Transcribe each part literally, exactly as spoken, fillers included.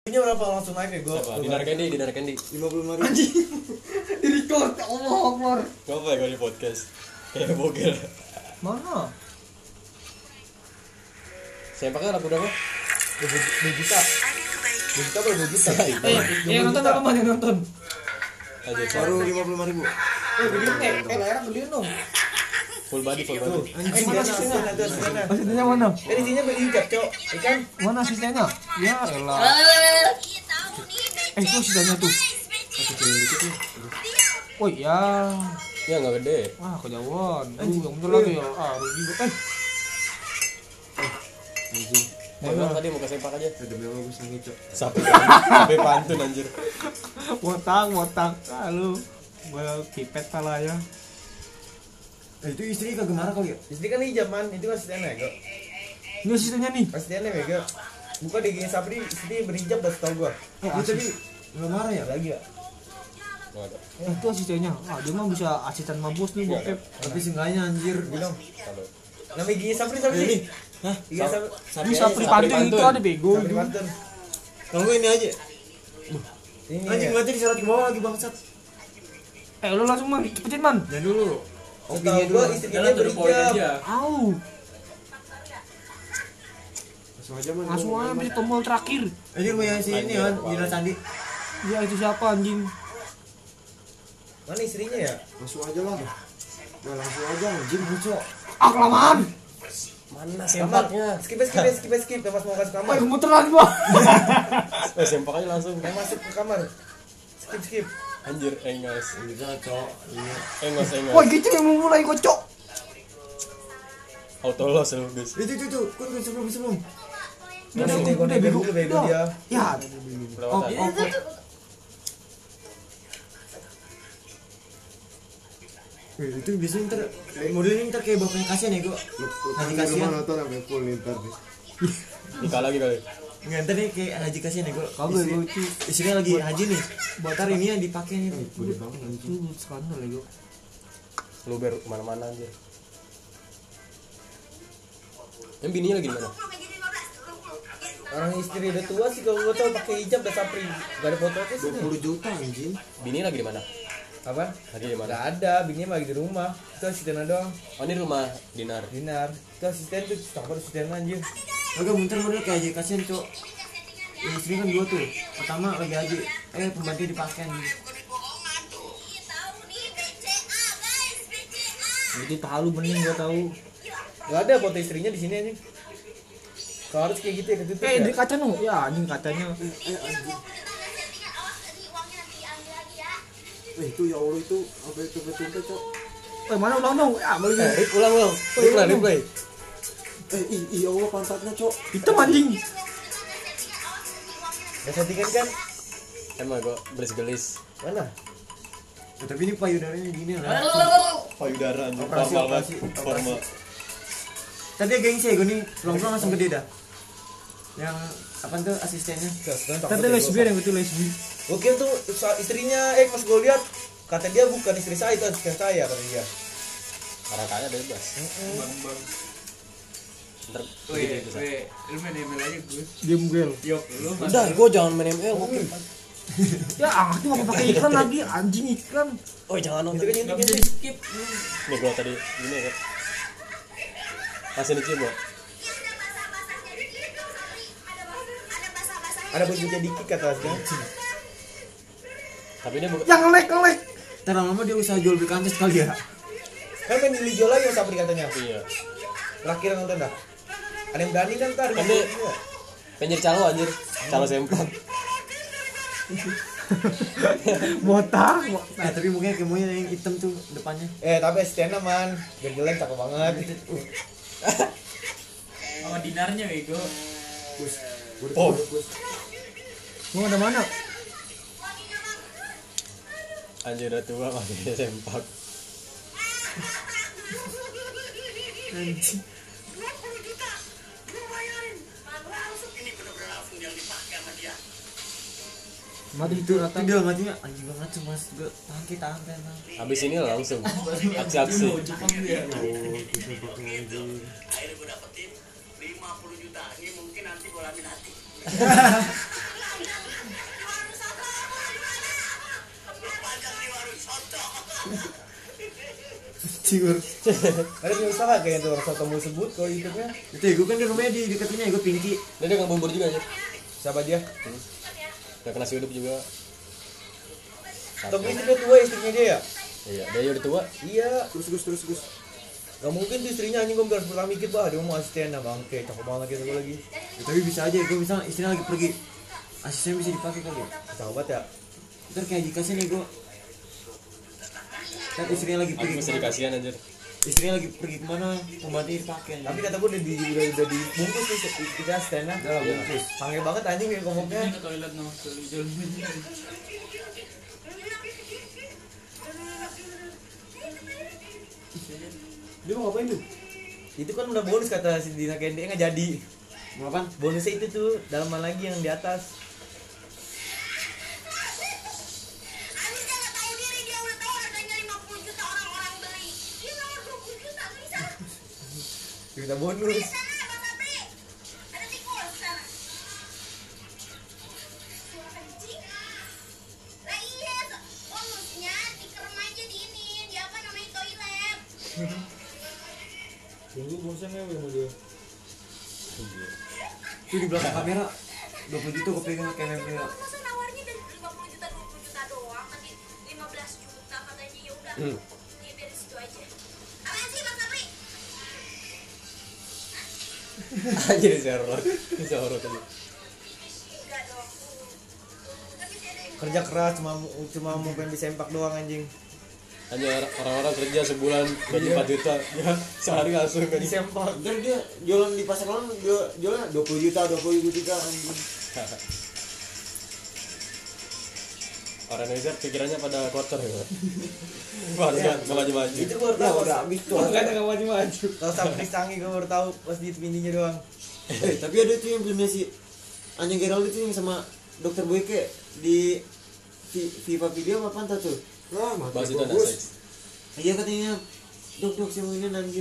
Ini berapa langsung naik ya gue? Dinar Candy, Dinar Candy. lima puluh lima ribu. Anjing. Di-record. Allah Akbar. Coba ya kalau di podcast. Kayak bogel. Mana? Saya pakai lagu berapa? dua juta. dua juta apa dua juta? Eh, yang nonton apa mah yang nonton? Aja Baru lima puluh lima ribu. Eh, gedein eh, eh layar gedein dong. full body, full body. Eh, mana asistennya? Ada asistennya. Asistennya mana? Eh, di sini berhijab, Cok. Ikan. Mana asistennya? Ya elah. Eh, itu asistennya tuh. Oh iya. Ya enggak gede. Wah, kejauhan. Aduh, yang bener lagi ya. Ah, rugi gue. Eh. Anjing. Mau tadi mau ke sempak aja. Demi Allah gue sangi, Cok. Sampai sampai pantun anjir. Wotang, wotang. Lalu gue kipet pala ya. Eh, itu istri kagak marah kali ya? Istri kan hijab, Man. Itu asistennya, Go. Ini asistennya nih. Asistennya, Go. Buka di G Sabri, istri berhijab dah setahu gua. Eh, Dia tadi enggak marah ya? Lagi ya? Enggak ada. Eh, itu asistennya. Ah, dia mah bisa asisten mabos nih bokep. Tapi seenggaknya anjir, bilang. Kalau Namanya G Sabri sama ini. Hah? G Sabri. Bisa pripantun itu ada bego Sabri itu. Pantun. Kalau ini aja. Ini Anjing mati disorot ke bawah lagi bangsat. Eh, lu langsung man, cepetin man. Jangan dulu. Setahu gua istrinya berhijab. Au. Langsung aja man. Langsung aja beli tombol terakhir. Ini rumahnya si ini kan, Dina Candi. Ya itu siapa anjing? Mana istrinya ya? Langsung aja lah. Udah langsung aja anjing bocok. Ah, kelamaan. mana Kamar. sempaknya? Skip skip skip skip. Mas mau masuk kamar. Wah, gemeter lagi gua. Eh, sempak aja langsung. Mau masuk ke kamar. Skip skip. Anjir, engas. Bisa cok. Iya. Engas, engas. Wah, gitu yang mau mulai kocok. Auto loss lu, guys. Itu itu itu. Kun kun sebelum sebelum. Mana ini gua bego dulu bego dia. Ya. Oh, Kelewatan. oh, Eh, itu biasanya ntar modelnya ntar kayak bapaknya kasihan ya gua. Haji kasihan. nonton sampai full nih ntar nih. Nikah lagi kali. Enggak ntar nih kayak haji kasihan ya gua. kagak Istri- gua itu. Istrinya lagi haji nih. Ntar ini yang dipakai nih. Itu skandal ya gua. Lu ber kemana-mana anjir. Yang bininya lagi di mana? Orang istri udah tua sih kalau gua tahu pakai hijab dah Sapri. Enggak ada fotonya sih. dua puluh juta anjing. Bininya lagi di mana? Apa? Lagi di mana? Enggak ada, bininya lagi di rumah. Itu asistennya doang. Oh, ini rumah Dinar. Dinar. Itu asisten tuh, siapa asisten anjir. Agak bentar model kayak haji kasihan cok. Yang istri kan dua tuh. Pertama lagi haji. Eh pembantu dipakai anjing. Jadi tahu mending gua tahu. Enggak ada foto istrinya di sini anjing. Kalau harus kayak gitu ya ketutup Eh, ya. di kaca nu. Ya, anjing kacanya. Eh itu ya Allah itu apa itu betul cok. Eh, mana ulang dong? Ya, balik. Eh, Rip, ulang, ulang. Replay, replay. Eh ih ih, ya Allah pantatnya cok. Hitam anjing. Ya settingan kan? Emang gua belis-gelis. Mana? Ya, tapi ini payudaranya gini lah. Payudara anjir. Operasi, Formal operasi, banget. operasi. Formal. Tadi gengsi ya gue nih. Pulang-pulang langsung gede dah. Yang apa tuh asistennya? Tadi lesbian yang itu lesbi. Oke tuh istrinya, eh pas gue lihat kata dia bukan istri saya, itu asisten saya kata dia. Orang kaya bebas. Bang, bang. Ntar Weh, gitu, bisa. weh, lu main M L aja gue. Diam gel. Yok, lu. Udah, gua jangan main M L. Oke. Ya, ah, itu enggak pakai iklan lagi, anjing iklan. Oh, jangan Itu nonton. kan Enggak nyuntiknya bisa sih. di skip. Nih gua tadi gini ya. Masih dicium gua. Ada bunyinya dikit kata dia. Tapi dia bukan Yang ngelek ngelek. Ntar lama dia usaha jual beli kantes kali ya. Kan main di Lijo lagi Sapri katanya. iya. Terakhir nonton dah. Ada yang berani kan ntar. Kan dia- Pengen jadi calo anjir. Calo sempak. Botak. Nah tapi mungkin kemonya yang hitam tuh depannya. Eh tapi asistennya man, biar jelek cakep banget. Sama dinarnya bego. Oh, Mau ada mana? anjir udah tua pakai sempak. Anjing. Mati itu rata. Tapi dia matinya anjing banget tuh mas. Gue tahan kita tahan tahan. Habis ini langsung aksi-aksi. Akhirnya gue dapetin lima puluh juta. Ini mungkin nanti gue lamin hati. Ciur. Ada punya usaha kayak itu orang kamu sebut kalau YouTube-nya. Itu gue kan di rumahnya di dekatnya gue Pinky. Dia dia nggak bubur juga aja. Siapa dia? Udah kena hidup juga. Tapi itu dia tua istrinya dia ya? Iya, dia udah tua. Iya. Terus Gus terus Gus. Gak mungkin tuh istrinya anjing gue harus pertama mikir bah dia mau asisten nah bangke cakep banget gitu gue lagi. Ya, tapi bisa aja gue misalnya istrinya lagi pergi. Asisten bisa dipakai kali ya. Sahabat ya. Ntar kayak dikasih nih gue. Kan istrinya lagi Aku pergi. mesti kemana? dikasihan anjir. Istrinya lagi pergi kemana? Pembantunya dipakai. Tapi kata gue udah di udah udah dibungkus nih kita asistennya. Udah bungkus. Sange banget anjing ya ngomongnya. Ke toilet no, ke jalan. Dia mau ngapain tuh? Itu kan udah bonus kata si Dina Kendi nggak jadi. Mau apaan? Bonusnya itu tuh dalaman lagi yang di atas. Anissa nggak tahu diri, dia udah tahu harganya lima puluh juta orang-orang beli. Dia nomor dua puluh juta bisa. Kita bonus. Sana Mas Apri. Ada tikus sana. Suara kencing. Lah iya, bonusnya dikerem aja di ini, di apa namanya toilet. Tunggu bonusnya ngewe sama dia. Tuh di belakang kamera. dua puluh juta gue pegang kayak kamera. Masa nawarnya dari lima puluh juta dua puluh juta doang, nanti lima belas juta katanya ya udah. Hmm. Ya biar situ aja. Apaan sih Mas Apri? Anjir Sherlock. Sherlock aja. Enggak dong. Tapi sih ada yang Kerja keras cuma cuma mau pengen disempak doang anjing. Hanya orang-orang kerja sebulan gaji empat juta. Ya, sehari langsung gaji. Disempak. Ntar dia jualan di pasar lawan dia jualan dua puluh juta, dua puluh juta anjing. Orang Indonesia pikirannya pada kotor ya. Warga nggak maju-maju. Itu gue baru Ya tahu. udah habis tuh. Kan nggak maju-maju. Tahu sampai sangi gue baru tahu pas di pindinya doang. Eh, tapi ada tuh yang punya si Anjing Gerald itu yang sama dokter Boyke di Vi- Viva Video apa tuh tuh? Ah, mati Bahas itu anak bagus. seks. Iya katanya dok dok saya mau ini anjir.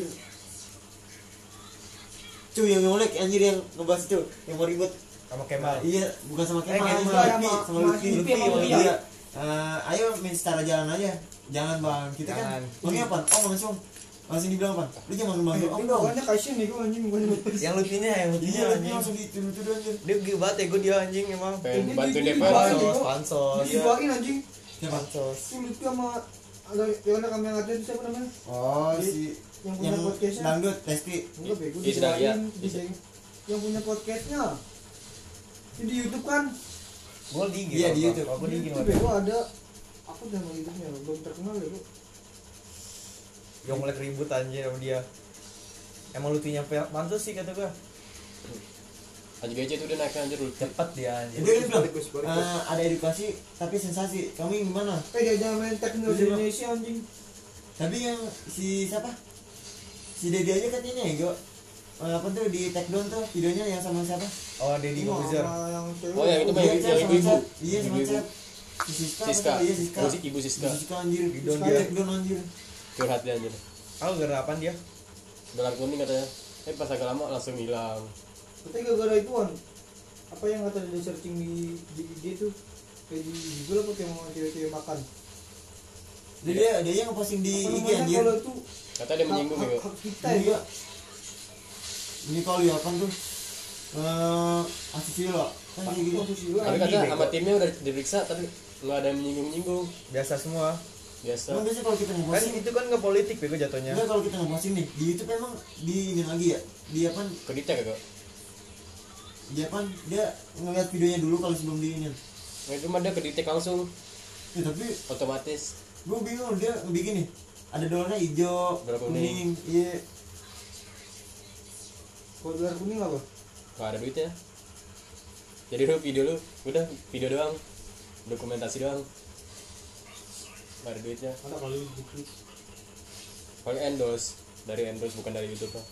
Cuy yang ngolek anjir yang ngebahas itu yang mau ribut. Sama Kemal. Iya bukan sama Eh, Kemal Kemal sama sama- Lutfi sama- sama sama Lutfi Lutfi sama Lutfi Lutfi. iya. Eh, ayo main secara jalan aja. Jangan bang kita Jangan. kan. Maunya apa? Oh langsung langsung dibilang apa? Lu jangan Eh, manggil om ini dong. pokoknya kasihan nih gue anjing bukan lupis. Yang lucunya yang lucunya Iya anjing. langsung dituduh-tuduh anjir. Dia gede banget ya gue dia anjing emang. Pengen Ini bantu di- D P R. di- Pansos, pansos. Dia dibawain anjing. Siapa? Pansos. Si Lutfi sama ada yang ada kamera ada itu siapa namanya? Oh si Yang punya yang podcastnya. dangdut Testi. Enggak bego Iya, sedang, iya. dibawain. Di- Yang punya podcastnya. Ini di YouTube kan? Gue di IG. Iya, di apa? YouTube. Kalau gue di IG Itu bego ada apa nama YouTube-nya belum terkenal ya, Bu. yang mulai ribut anjir sama dia. Emang lucunya pansos sih kata gue. Anjing aja itu udah naik anjir lu. Cepet dia anjir. Jadi dia bilang Balik, Gus, balik, Gus. eh, ada edukasi tapi sensasi. Kamu yang gimana? Eh dia jangan main teknologi Iya, Bang. Indonesia anjing. Tapi yang si siapa? Si Dedi aja katanya ya, Go. Eh, apa tuh di take down tuh videonya yang sama siapa? Oh, Deddy Ini Kobuzer. sama yang cewek. Oh, yang itu mah Iya, yang Cep, yang sama ibu-ibu. Cep. Iya, sama Ibu-ibu. Cep. Si Siska. Siska. apa? Iya, Siska. Ibu, ibu Siska. Siska anjir. Di down Siska dia. take down anjir. Curhat dia anjir. Aku gerapan dia. Gelar kuning katanya. Eh pas agak lama langsung hilang. Tapi gara-gara ituan. Apa yang kata dia searching di di I G tuh? Kayak di Google apa kayak mau cewek-cewek makan. Jadi dia dia yang ngeposting di Apa I G namanya iya. anjir. kan kalau itu Kata dia menyinggung hak, ya. hak, hak kita ya. Iya. Ini kalau ya apa tuh? Eh, asusila. Kan kayak gitu. Asusila. Tapi Ini kata bego. sama timnya udah diperiksa tapi nggak ada yang menyinggung-nyinggung. Biasa semua. Biasa. Emang biasanya kalau kita Kan ngeposting itu kan nggak politik bego jatuhnya. enggak kalau kita ngeposting nih di YouTube emang di ini lagi ya. Di apa? Kedita kagak? Di apa? Dia ngeliat videonya dulu kalau sebelum di ini. Nah, itu mah dia kedetek langsung Ya, tapi otomatis. gue bingung dia ngebikin nih ada dolarnya hijau Berapa kuning kuning? iya Kalau dolar kuning apa? Gak ada duitnya. Jadi lu video lu udah video doang, dokumentasi doang. Gak ada duitnya. Ada kali diklik. Paling endorse dari endorse bukan dari YouTube lah.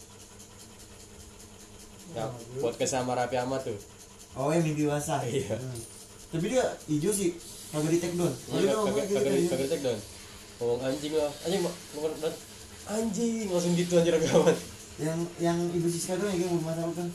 Nah, podcast sama Raffi Ahmad tuh. oh yang mimpi basah Iya. Hmm. Tapi dia hijau sih kagak di take down Iya, dia ngomong kagak gitu kagak aja. kagak take down. Ngomong anjing lah, anjing mau ngomong anjing langsung gitu anjir Raffi Ahmad. yang yang ibu Siska doang yang bermasalah kan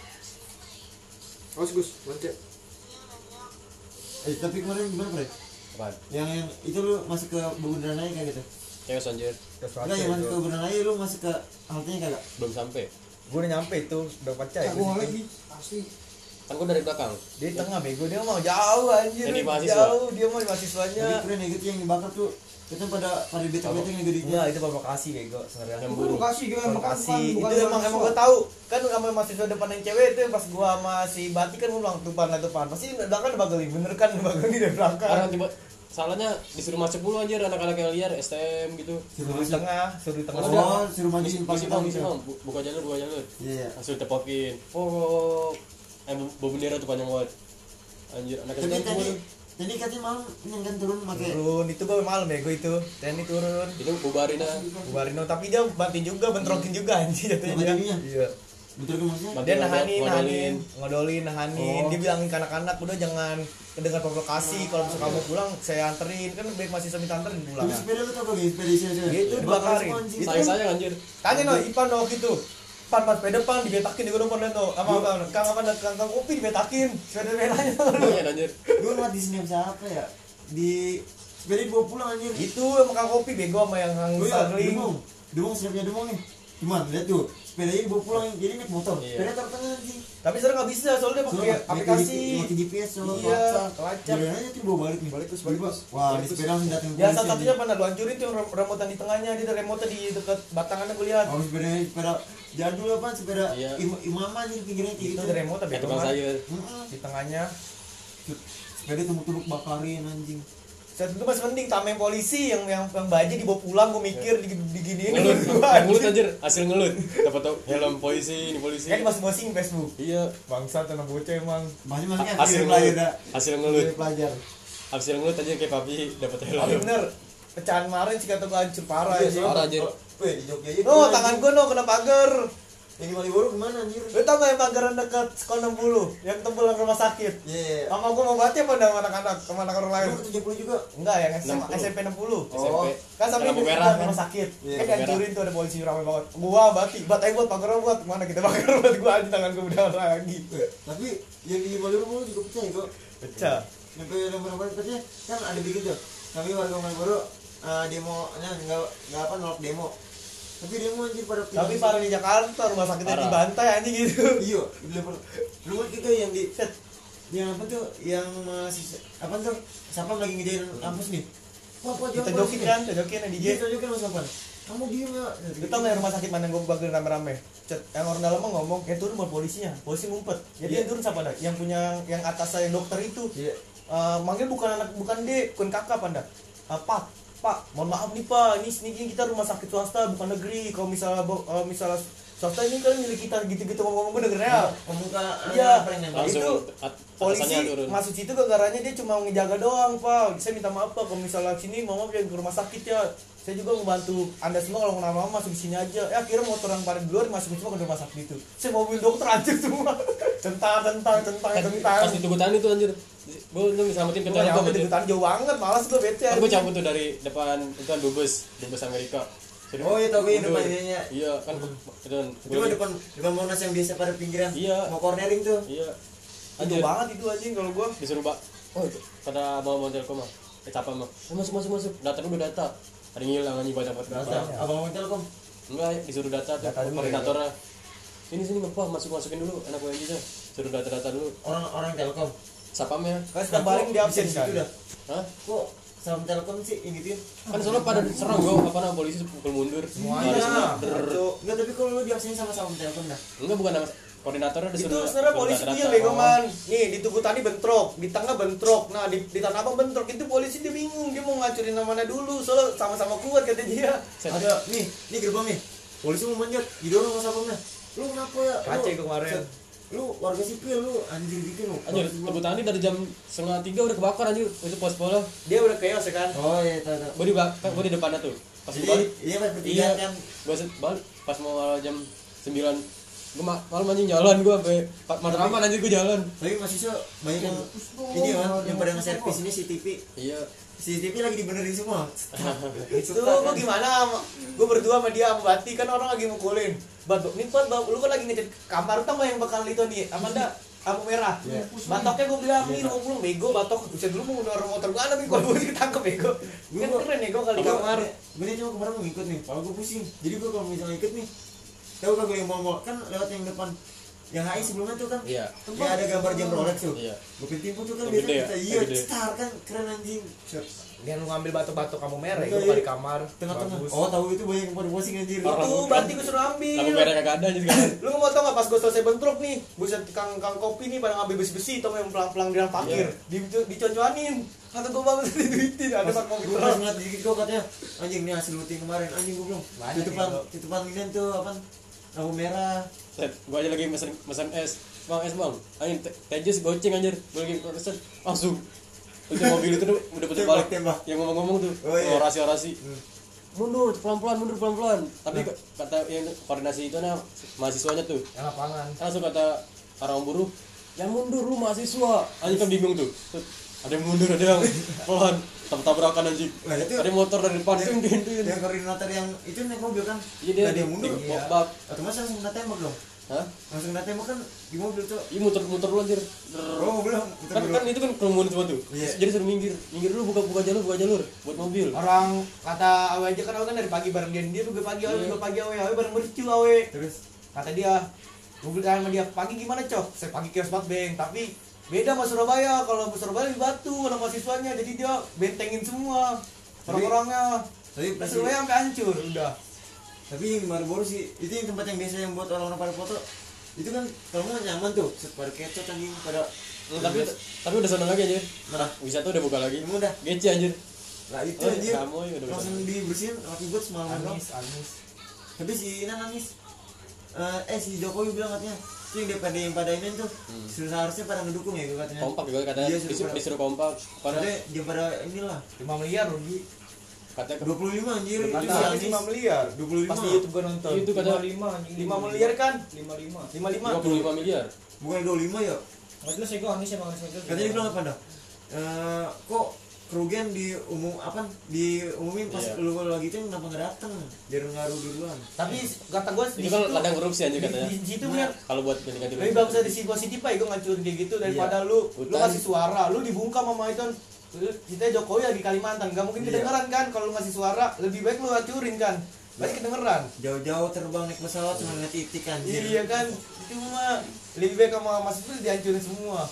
Awas Gus, loncat. eh tapi kemarin gimana Bre? Apaan? Yang yang itu lu masuk ke Bundaran Raya kayak gitu. Chaos anjir. Enggak, yang masuk ke Bundaran Raya lu masuk ke haltenya kagak? Belum sampai. Gue udah nyampe itu, udah percaya. Aku mau lagi asli. Kan gua dari belakang. Dia di tengah bego, dia mau jauh anjir. Yang di mahasiswa? Jauh, dia mau di mahasiswanya. Tapi keren ya gitu yang dibakar tuh. Itu pada pada bete-bete yang gede. Enggak, itu provokasi bego sebenarnya. Yang Bukan kasih gue emang Provokasi. bukan- Itu bukan emang mahasiswa. emang gue tahu. Kan sama mahasiswa depan yang cewek itu pas gua sama si Bati kan gua bilang tupan lah tupan. Pasti belakang udah bagelin, bener kan bagelin dari belakang. Orang tiba salahnya disuruh masuk dulu anjir anak-anak yang liar S T M gitu. Suruh di tengah, suruh di tengah. Oh, suruh majuin Misi pakai mau, tangga. misi mau, Bu- buka jalur, buka jalur. Iya. Langsung tepokin. Oh, eh bu- bawa bendera tuh panjang banget. Anjir, anak S T Tapi M tadi semua. tadi katanya malam ini kan turun pakai Turun itu gua malam bego itu. Tni turun. Itu bubarin aja. Bubarin dong, tapi dia banting juga, bentrokin juga anjir jatuhnya dia. Jadinya? Iya. betul kan maksudnya? Dia nahanin, Ngodolin. nahanin, ngodolin, nahanin. Oh. Dia bilangin ke anak-anak udah jangan kedengar provokasi. Kalau misalnya kamu pulang, saya anterin. Kan baik masih minta anterin pulang. Tapi sepeda lu tau gak guys, sepeda isinya Dia itu dibakarin. Itu- Sayang-sayang anjir. Tanya no, Ipan no gitu. Pan pan sepeda pan dibetakin di gunung pan tuh. Sama apa? Kang apa kang kang kopi dibetakin. Sepeda sepedanya. Lumayan anjir. Gue ngeliat di sini siapa ya? Di sepeda dibawa pulang anjir. Itu sama kang kopi bego sama yang kang Oh iya, Starling. demong. Demong siapnya demong nih. Gimana? Lihat tuh, sepedanya dibawa pulang, jadi naik motor. Iya. Sepeda taruh tengah anjing. Tapi sekarang nggak bisa soalnya dia pakai aplikasi. Pakai G P S soalnya Iya, kelacak. kelacak. Jalan aja tuh bawa balik nih. Balik terus, balik terus. Wah, Balik di terus. sepeda langsung datang Ya salah satunya pernah lu hancurin tuh rem- remote di tengahnya, dia ada remote di dekat batangannya gue lihat. Oh, sepeda sepeda jadul apa? Sepeda Iya. im imama aja di pinggirnya kayak Itu gitu. ada remote tapi Kayak tukang sayur. Heeh. di tengahnya. Sepeda tumbuk-tumbuk bakarin anjing. Saat itu masih penting tameng polisi yang yang yang baja dibawa pulang, gue mikir di diginiin Ngelut, gua, ngelut anjir, hasil ngelut. Dapat tau helm polisi, ini polisi. Kan masing-masing Facebook. Iya, Bangsa tanah bocah emang. Masih masih kan hasil pelajar ngelut. dah. Hasil ngelut. Dari pelajar. Hasil ngelut aja kayak papi dapat helm. Tapi bener, pecahan kemarin sih kata gue hancur parah Iya, ya. soalnya- Parah, anjir. Weh, di Jogja aja. Oh, pernah, tangan anjing. gue no kena pagar. Yang di Malioboro gimana anjir? Lu tau gak yang pagaran dekat sekolah enam puluh yang tembel ke rumah sakit? Iya. Mama gue mau baca apa sama anak-anak, sama anak orang lain? Lu ke tujuh puluh juga. Enggak, yang S M enam puluh. S M P enam puluh. S M P. Kan sampai Lampu di merah depan kan? rumah sakit. Iya, Kan lampu dihancurin tuh ada polisi ramai banget. Gua bati, bat aja buat pagar buat mana kita bakar buat gua aja tangan gua udah lagi. Tapi yang di Malioboro juga pecah kok. Pecah. Sampai lembar-lembar pecah kan ada bikin tuh. Kami warga Malioboro eh, demo nya enggak enggak apa nolak demo. Tapi demo anjir pada Tapi parah di Jakarta rumah sakitnya Parah. dibantai anjing gitu. Iya, dilempar. Rumah kita yang di set yang apa tuh yang masih apa tuh siapa lagi ngejain kampus nih. Wah, apa Kita jokin kan, kita jokin yang D J. Kita jokin mas Sapan. Kamu diem ya. Lu tau gak rumah sakit mana yang gua bagel rame-rame? Cet, yang orang dalam mah ngomong, ya turun buat polisinya. Polisi ngumpet. Jadi Iya. yang turun siapa dah? Yang punya yang atas saya dokter itu. Iya. Eh, manggil bukan anak bukan D, bukan kakak panda. Eh, Pak, Pak, mohon maaf nih Pak, ini ini kita rumah sakit swasta bukan negeri. Kalau misalnya bo- eh, misalnya swasta ini kan milik kita gitu-gitu ngomong gue dengernya. Pemuka Iya. apa yang nembak? Langsung Itu at- Polisi atasannya turun. masuk situ kegaranya dia cuma ngejaga doang Pak. Saya minta maaf Pak kalau misalnya sini mama jangan ke rumah sakit ya. Saya juga membantu Anda semua kalau kenapa mama masuk di sini aja. Ya akhirnya motor yang paling duluan masukin semua ke rumah sakit itu. Saya mobil dokter hancur semua. Tentang tentang tentang Pas tentang. pas di Tugutan itu anjir. Gue untung diselamatin Gue ketua nyampe gue. di hutan jauh banget, malas gue bete. Kan gue cabut tuh dari depan itu kan dubes, dubes Amerika. Jadi, Oh, iya, tau gue yang mundur. depan ininya. Iya, kan gua- itu kan. Itu mah depan depan Monas yang biasa pada pinggiran. Iya. Mau cornering tuh. Iya. Jauh Anjir, banget itu anjing kalau gue. disuruh Pak. Oh, itu pada mau mau telkom mah. Eh, capek mah. Eh, masuk masuk masuk. Data dulu data. Ada yang hilang anjing banyak banget data. Data. Abang mau Telkom. Enggak, disuruh data tuh Data dulu, koordinatornya. Sini sini Pak, masuk masukin dulu anak W N J-nya. Suruh data-data dulu. Orang orang Telkom. Sapamnya. Kan sudah balik di absen Bisa kan. di situ dah. Hah? Kok salam Telkom sih yang gituin? Kan soalnya pada serang gue apa namanya polisi pukul mundur. Semuanya. Lari semua. Itu Enggak, tapi kalau lu diabsenin sama salam Telkom dah. Enggak, bukan nama koordinatornya itu disuruh. sebenarnya suruh polisi data-data. punya bego man. Nih di Tugu Tani bentrok, di tengah bentrok. Nah di, di Tanah Abang bentrok itu polisi dia bingung, dia mau ngacurin namanya dulu, soalnya sama-sama kuat kata dia. Set. Ada nih, nih gerbang nih. Polisi mau manjat, didorong sama sapamnya. Lu kenapa ya? Lu- Kace kemarin. Set. Lu warga sipil lu anjir gitu lu. Anjir, Tugu Tani dari jam setengah tiga udah kebakar anjir. Itu pos pola. Dia udah chaos ya kan. Oh iya, tahu tahu. Gue di belakang, gue di depannya tuh. Pas Jadi gue balik, iya pas iya, pertigaan kan. gue balik pas mau jam sembilan. Gue malam anjing jalan gue sampai Matraman anjir gue jalan. Tapi mahasiswa banyak yang ini kan yang pada nge-servis ini C C T V. Iya. C C T V lagi dibenerin semua. Itu gua gimana? Gue berdua sama dia sama Bati kan orang lagi mukulin. Bat, nih Bat, Bat, lu kan lagi ngecek kamar utama yang bakal itu nih. Amanda lampu merah. Iya. Batoknya gue bilang, nih lu belum bego batok. Bisa dulu mau ngeluarin motor gue ada, tapi kalau gue ditangkap bego. Kan keren ya gue kali di kamar. Gue nih cuma kemarin mau ngikut nih, kalau gue pusing. Jadi gue kalau misalnya ikut nih, tahu kan gue yang mau kan lewat yang depan, yang H I sebelumnya tuh kan, Iya. ya ada gambar jam Rolex tuh. Iya. Gue pintu tuh kan Yang biasanya gede ya? kita Yang iya, gede. star kan keren anjing. Dia lu ngambil batok-batok kamu merah, Enggak, gue kali iya. di kamar. Tengah-tengah. Bagus. Oh tahu itu banyak yang pada pusing anjir. Orang- Tuh berarti gue suruh ambil. Lampu merah kagak ada anjir sekarang. Lu mau tau gak pas gue selesai bentrok nih, buset kang kang kopi nih pada ngambil besi-besi, tau yang pelang-pelang di dalam parkir, di diconcoanin, kata gue banget diduitin, ada Pas pak mau gue pas ngeliat dikit gue katanya, anjing nih hasil looting kemarin, anjing gue bilang Banyak tutupan ya, tutupan ini tuh apa lampu merah. Set, gua aja lagi mesen mesen es. Bang, es bang. Anjing te- tejus goceng anjir. Gua lagi pesen langsung. Itu mobil itu tuh udah putar Tembak, balik. tembak. Yang ngomong-ngomong tuh. Oh, iya. Orasi-orasi. Hmm. Mundur pelan-pelan, mundur pelan-pelan. Tapi ke- kata yang koordinasi itu nah mahasiswanya tuh. yang lapangan. Langsung kata orang buruh, "Ya mundur lu mahasiswa." Anjing kan bingung tuh. Tuh, ada yang mundur, ada yang pelan. Tabrak-tabrakan anjing. Nah, itu- Ada motor dari depan Yang- tuh din Yang koordinator yang itu naik mobil kan, Iya dia nggak dia mundur, di- bak. otomatis langsung kena tembak dong. Hah? Langsung kena tembak kan di mobil tuh. Iya muter-muter lu anjir. Oh belum. Kan kan itu kan kerumunan semua tuh. Iya. Jadi suruh minggir. Minggir dulu buka buka jalur, buka jalur buat mobil. Orang kata awe aja kan awe kan dari pagi bareng dia, dia juga pagi awe Iya. juga pagi awe, awe bareng mercu awe. Terus Kata dia, gue bilang sama dia pagi gimana cok? Saya pagi kios banget beng, tapi beda sama Surabaya. Kalau Surabaya di Batu, orang mahasiswanya, jadi dia bentengin semua orang-orangnya. tapi Pas pasti Surabaya sampai hancur, udah. tapi yang baru-baru sih itu yang tempat yang biasa yang buat orang-orang pada foto itu kan kalau mau nyaman tuh set pada kecot anjing pada Tapi tapi udah sana lagi anjir. Nah. Wisata udah buka lagi. Emang udah Gece anjir. lah itu Oh, anjir kamu ya udah langsung bersama. dibersihin rapi buat semalam doang. Anis, anis. Tapi si Ina nangis. Eh, eh si Jokowi bilang katanya itu yang daripada yang pada ini tuh Hmm. seharusnya pada ngedukung ya katanya. Kompak juga katanya. Iya, suruh Disuruh, pada- disuruh kompak. Pada Katanya dia pada inilah lima miliar rugi. katanya dua puluh lima anjir itu si Kata Anies lima miliar. dua puluh lima. Pas di YouTube gue nonton. itu kata lima anjing lima miliar kan? lima lima lima lima. lima puluh lima miliar. bukan dua puluh lima ya. nggak jelas ya gue Anies emang Anies Katanya dia bilang apa dah? Eh, kok kerugian di umum apa diumumin pas Iya. lu lagi itu kenapa nggak datang biar ngaruh duluan. Tapi kata gue Itu kan ladang korupsi anjir katanya. Di situ Nah, bener. Kalau buat ganti-ganti Lebih bagus dari sisi positif pak, gue ngancurin kayak gitu daripada lu lu Hutan. ngasih suara, lu dibungkam sama itu. Kita Jokowi lagi Kalimantan, gak mungkin Iya. kedengeran kan kalau lu ngasih suara, lebih baik lu hancurin kan. Pasti kedengeran. Jauh-jauh terbang naik pesawat cuma ngeliat titik anjir. Iya kan, itu mah lebih baik sama Mas itu dihancurin semua.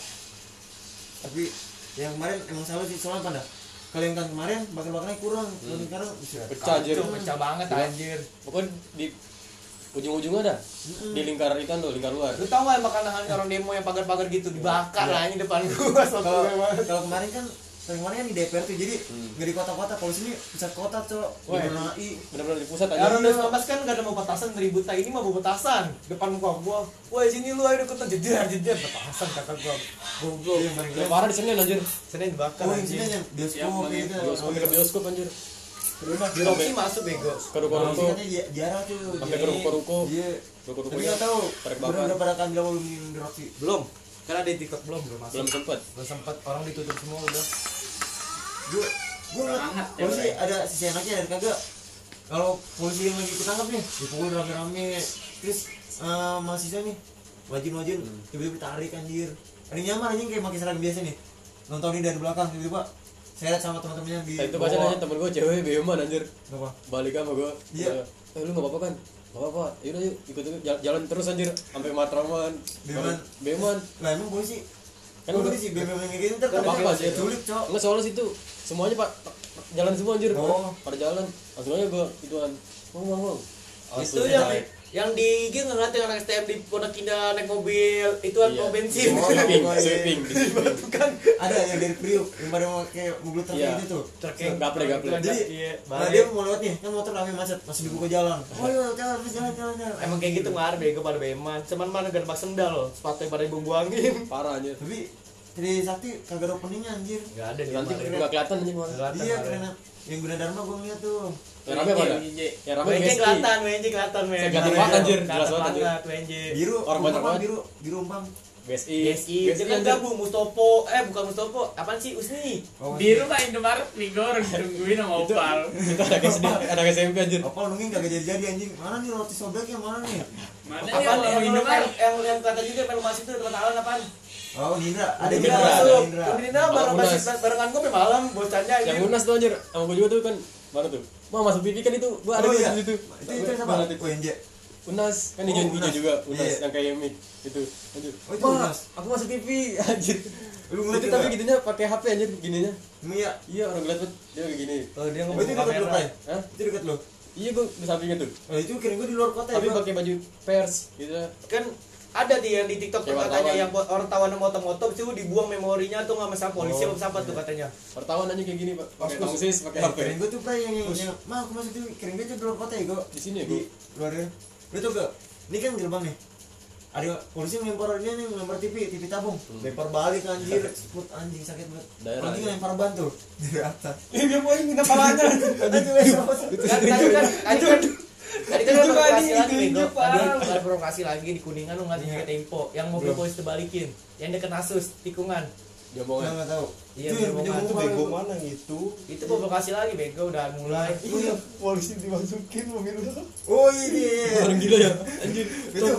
Tapi yang kemarin emang salah sih soalnya pada kalau yang kan kemarin bakar-bakarnya kurang. Kalau yang sekarang bisa Pecah anjir. Kacau, pecah banget Gila. anjir. Pokoknya di ujung-ujungnya ada di lingkar itu tuh, lingkar luar. Lu tau gak makanan orang demo yang pagar-pagar gitu dibakar Iya. lah ini depan gua. kalau Kalau kalau kemarin kan kalau kemarin kan di D P R tuh jadi Hmm. nggak di kota-kota. Kalau sini pusat kota tuh di Wah. Brunei. Benar-benar di pusat Ya, aja. orang dua ribu sembilan belas kan gak ada mau petasan ribut, ini mah mau petasan depan muka gua. Wah sini lu ayo ikutan jejer jejer petasan kata gua. Goblok. Iya, yang paling Yang keren. parah di Senin anjir. Senin dibakar Oh, yang anjir. sini yang bioskop Yang gitu. bioskop ke bioskop anjir. Di Rocky masuk bego. Ke ruko-ruko. Kalau sini kan jarang tuh. Sampai ke jadi- ruko-ruko. Iya. Ruko-ruko Tapi ya. nggak tahu. Tarik Udah bakar. udah pada kan bilang mau di Rocky. Belum. Karena di TikTok belum belum masuk. Belum sempet. Belum sempat, orang ditutup semua udah. Gue gue Semangat, ya, polisi Bray. ada sisi enaknya ada kagak. Kalau polisi yang lagi ketangkap nih dipukul rame-rame, terus eh, mahasiswa nih wajin-wajin Hmm. tiba-tiba tarik anjir. Ada yang nyamar anjing kayak pakai seragam biasa nih. Nontonin dari belakang tiba-tiba seret sama teman-temannya di Nah, itu pas nanya temen gue cewek beman anjir. Apa? Balik sama gue. Iya. Eh lu enggak apa-apa kan? Enggak apa-apa. Yaudah yuk ikut ikut jalan, jalan terus anjir sampai Matraman. Beman. Beman. Lah emang polisi Kan kan udah udah sih B B M yang kayak gitu ntar Gak apa-apa sih. culik cok. Enggak soalnya situ semuanya Pak jalan semua anjir. Oh. Pada jalan. Langsung aja gue ituan. Bang bang bang. Itu yang yang di I G nggak ngeliat yang anak S T M di Pondok Indah naik mobil itu kan Iya. mau bensin. Oh, Sweeping, oh, iya. sweeping. Itu kan Ada yang dari Priuk yang pada mau kayak mobil truk Iya. itu tuh. truk yang Gaple, gaple. Jadi iya, Nah, dia mau lewat nih, kan motor rame macet, masih dibuka jalan. Oh iya, jalan, jalan, jalan, jalan. emang kayak gitu nggak ada bego pada beman. Cuman mana gak ada sendal, sepatu yang pada dibuang-buangin. Parah anjir. Tapi Tri Sakti kagak ada openingnya anjir. Gak ada di Nanti kemarin. enggak kelihatan anjir mana. Kelihatan, Iya, kemarin. keren. Yang Guna Dharma gua ngeliat tuh. Yang rame apa ada? Yang rame W N J Gesti. kelihatan, W N J kelihatan, men. Saya ganti Kelihatan banget, anjir. Jelas kelihatan banget, anjir. banget, W N J. Biru, Orang banyak umpam, banget. biru, biru umpam. B S I B S I dia kan anjir. gabung Mustopo eh bukan Mustopo apaan sih Usni Di rumah Indomaret Vigo orang ditungguin sama itu Opal. itu anak S D anak S M P anjir. Opal nungguin kagak jadi-jadi anjing. Mana nih roti sobeknya mana nih? Mana nih apaan yang yang mau yang Indomaret? yang yang kata juga pengen masuk itu tempat alan apaan Oh, Nindra. Ada Indra juga masuk Nindra. Indra bareng Unas. masih barengan gue sampai malam bocahnya Yang ini Unas tuh anjir sama gue juga tuh kan mana tuh mau masuk P P kan itu gua ada Oh, di iya. situ Itu itu sama Mana tuh? U N J. Unas kan hijau Oh, hijau Unas. juga Unas Iya. yang kayak mic itu anjir Oh, itu Wah, Unas. aku masuk T V anjir Lu ngeliat itu juga? tapi gitunya pakai H P anjir gininya Emang iya. iya orang ngeliat banget dia kayak gini oh dia Oh, itu dekat lu, Pray. Hah? Itu dekat lu. iya gua di sampingnya tuh Oh, itu kira gua di luar kota tapi ya. Bang. pakai baju pers gitu kan ada di yang di TikTok tuh Kayak katanya wartawan. yang po- orang tawan moto-moto itu dibuang memorinya tuh nggak sama polisi Oh, apa siapa tuh katanya wartawan aja kayak gini pak pakai tongsis pakai Eh, H P kirain gua tuh Pray yang yang yang- mah aku masuk tuh kirain gua tuh di luar kota ya gua. Di sini ya, di gua. luar ya. Lu tuh gak? Ini kan gerbang nih. Ada polisi yang lempar dia nih lempar T V, T V tabung. Lempar balik anjir, sput anjing sakit banget. Daerah Anjing aja. lempar ban tuh dari atas. dia mau minta palanya Anjing wes apa sih? kan tadi kan tadi kan tadi kan ada Itu provokasi anjing, lagi itu bego itu, Pak. ada ada provokasi lagi di kuningan lu nggak Iya. di Tempo yang mobil polisi terbalikin yang deket Asus tikungan dia Gua bohong enggak tahu. Iya, Itu yang bener, yang itu ngomong bego bego. mana gitu itu provokasi lagi bego udah mulai iya polisi dimasukin mobil lu Oh iya. orang gila ya anjir Itu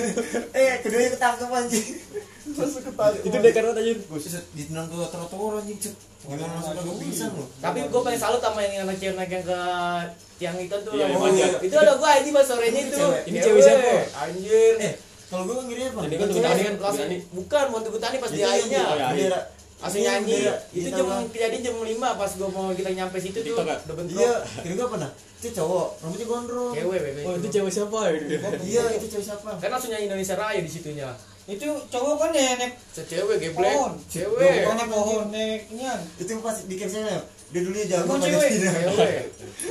eh keduanya ketangkep anjing. masuk ke tali itu dekar banget anjir Gua sih ditendang ke trotoar anjing. Cet. Gimana masuk kagak pingsan lu? tapi gue paling salut sama yang anak cewek naik yang ke tiang itu tuh Iya, yang oh, manjat. iya. itu ada gue ini pas sorenya Ini itu cewek. Ini cewek siapa? anjir Eh, kalau gua ngiri apa? Ini kan Cewek Tani kan kan, kelas Tani. bukan mau tunggu tani pas Itu di yang airnya Oh, ya. bendera. langsung Ini nyanyi bendera. itu Iya, jam tahu. kejadian jam lima pas gue mau kita nyampe situ tuh TikTok, kan? udah bentrok Iya, kira gua pernah. Itu cowok, rambutnya gondrong. cewek bebe oh itu cewek siapa ya Iya, itu cewek siapa? kan langsung nyanyi Indonesia Raya di situnya itu cowok kan ya nek cewek geblek Pohon. cewek pohon pohon neknya Itu yang pas di captionnya. Dia dulunya jago Bukan pada cewek. tidak. cewek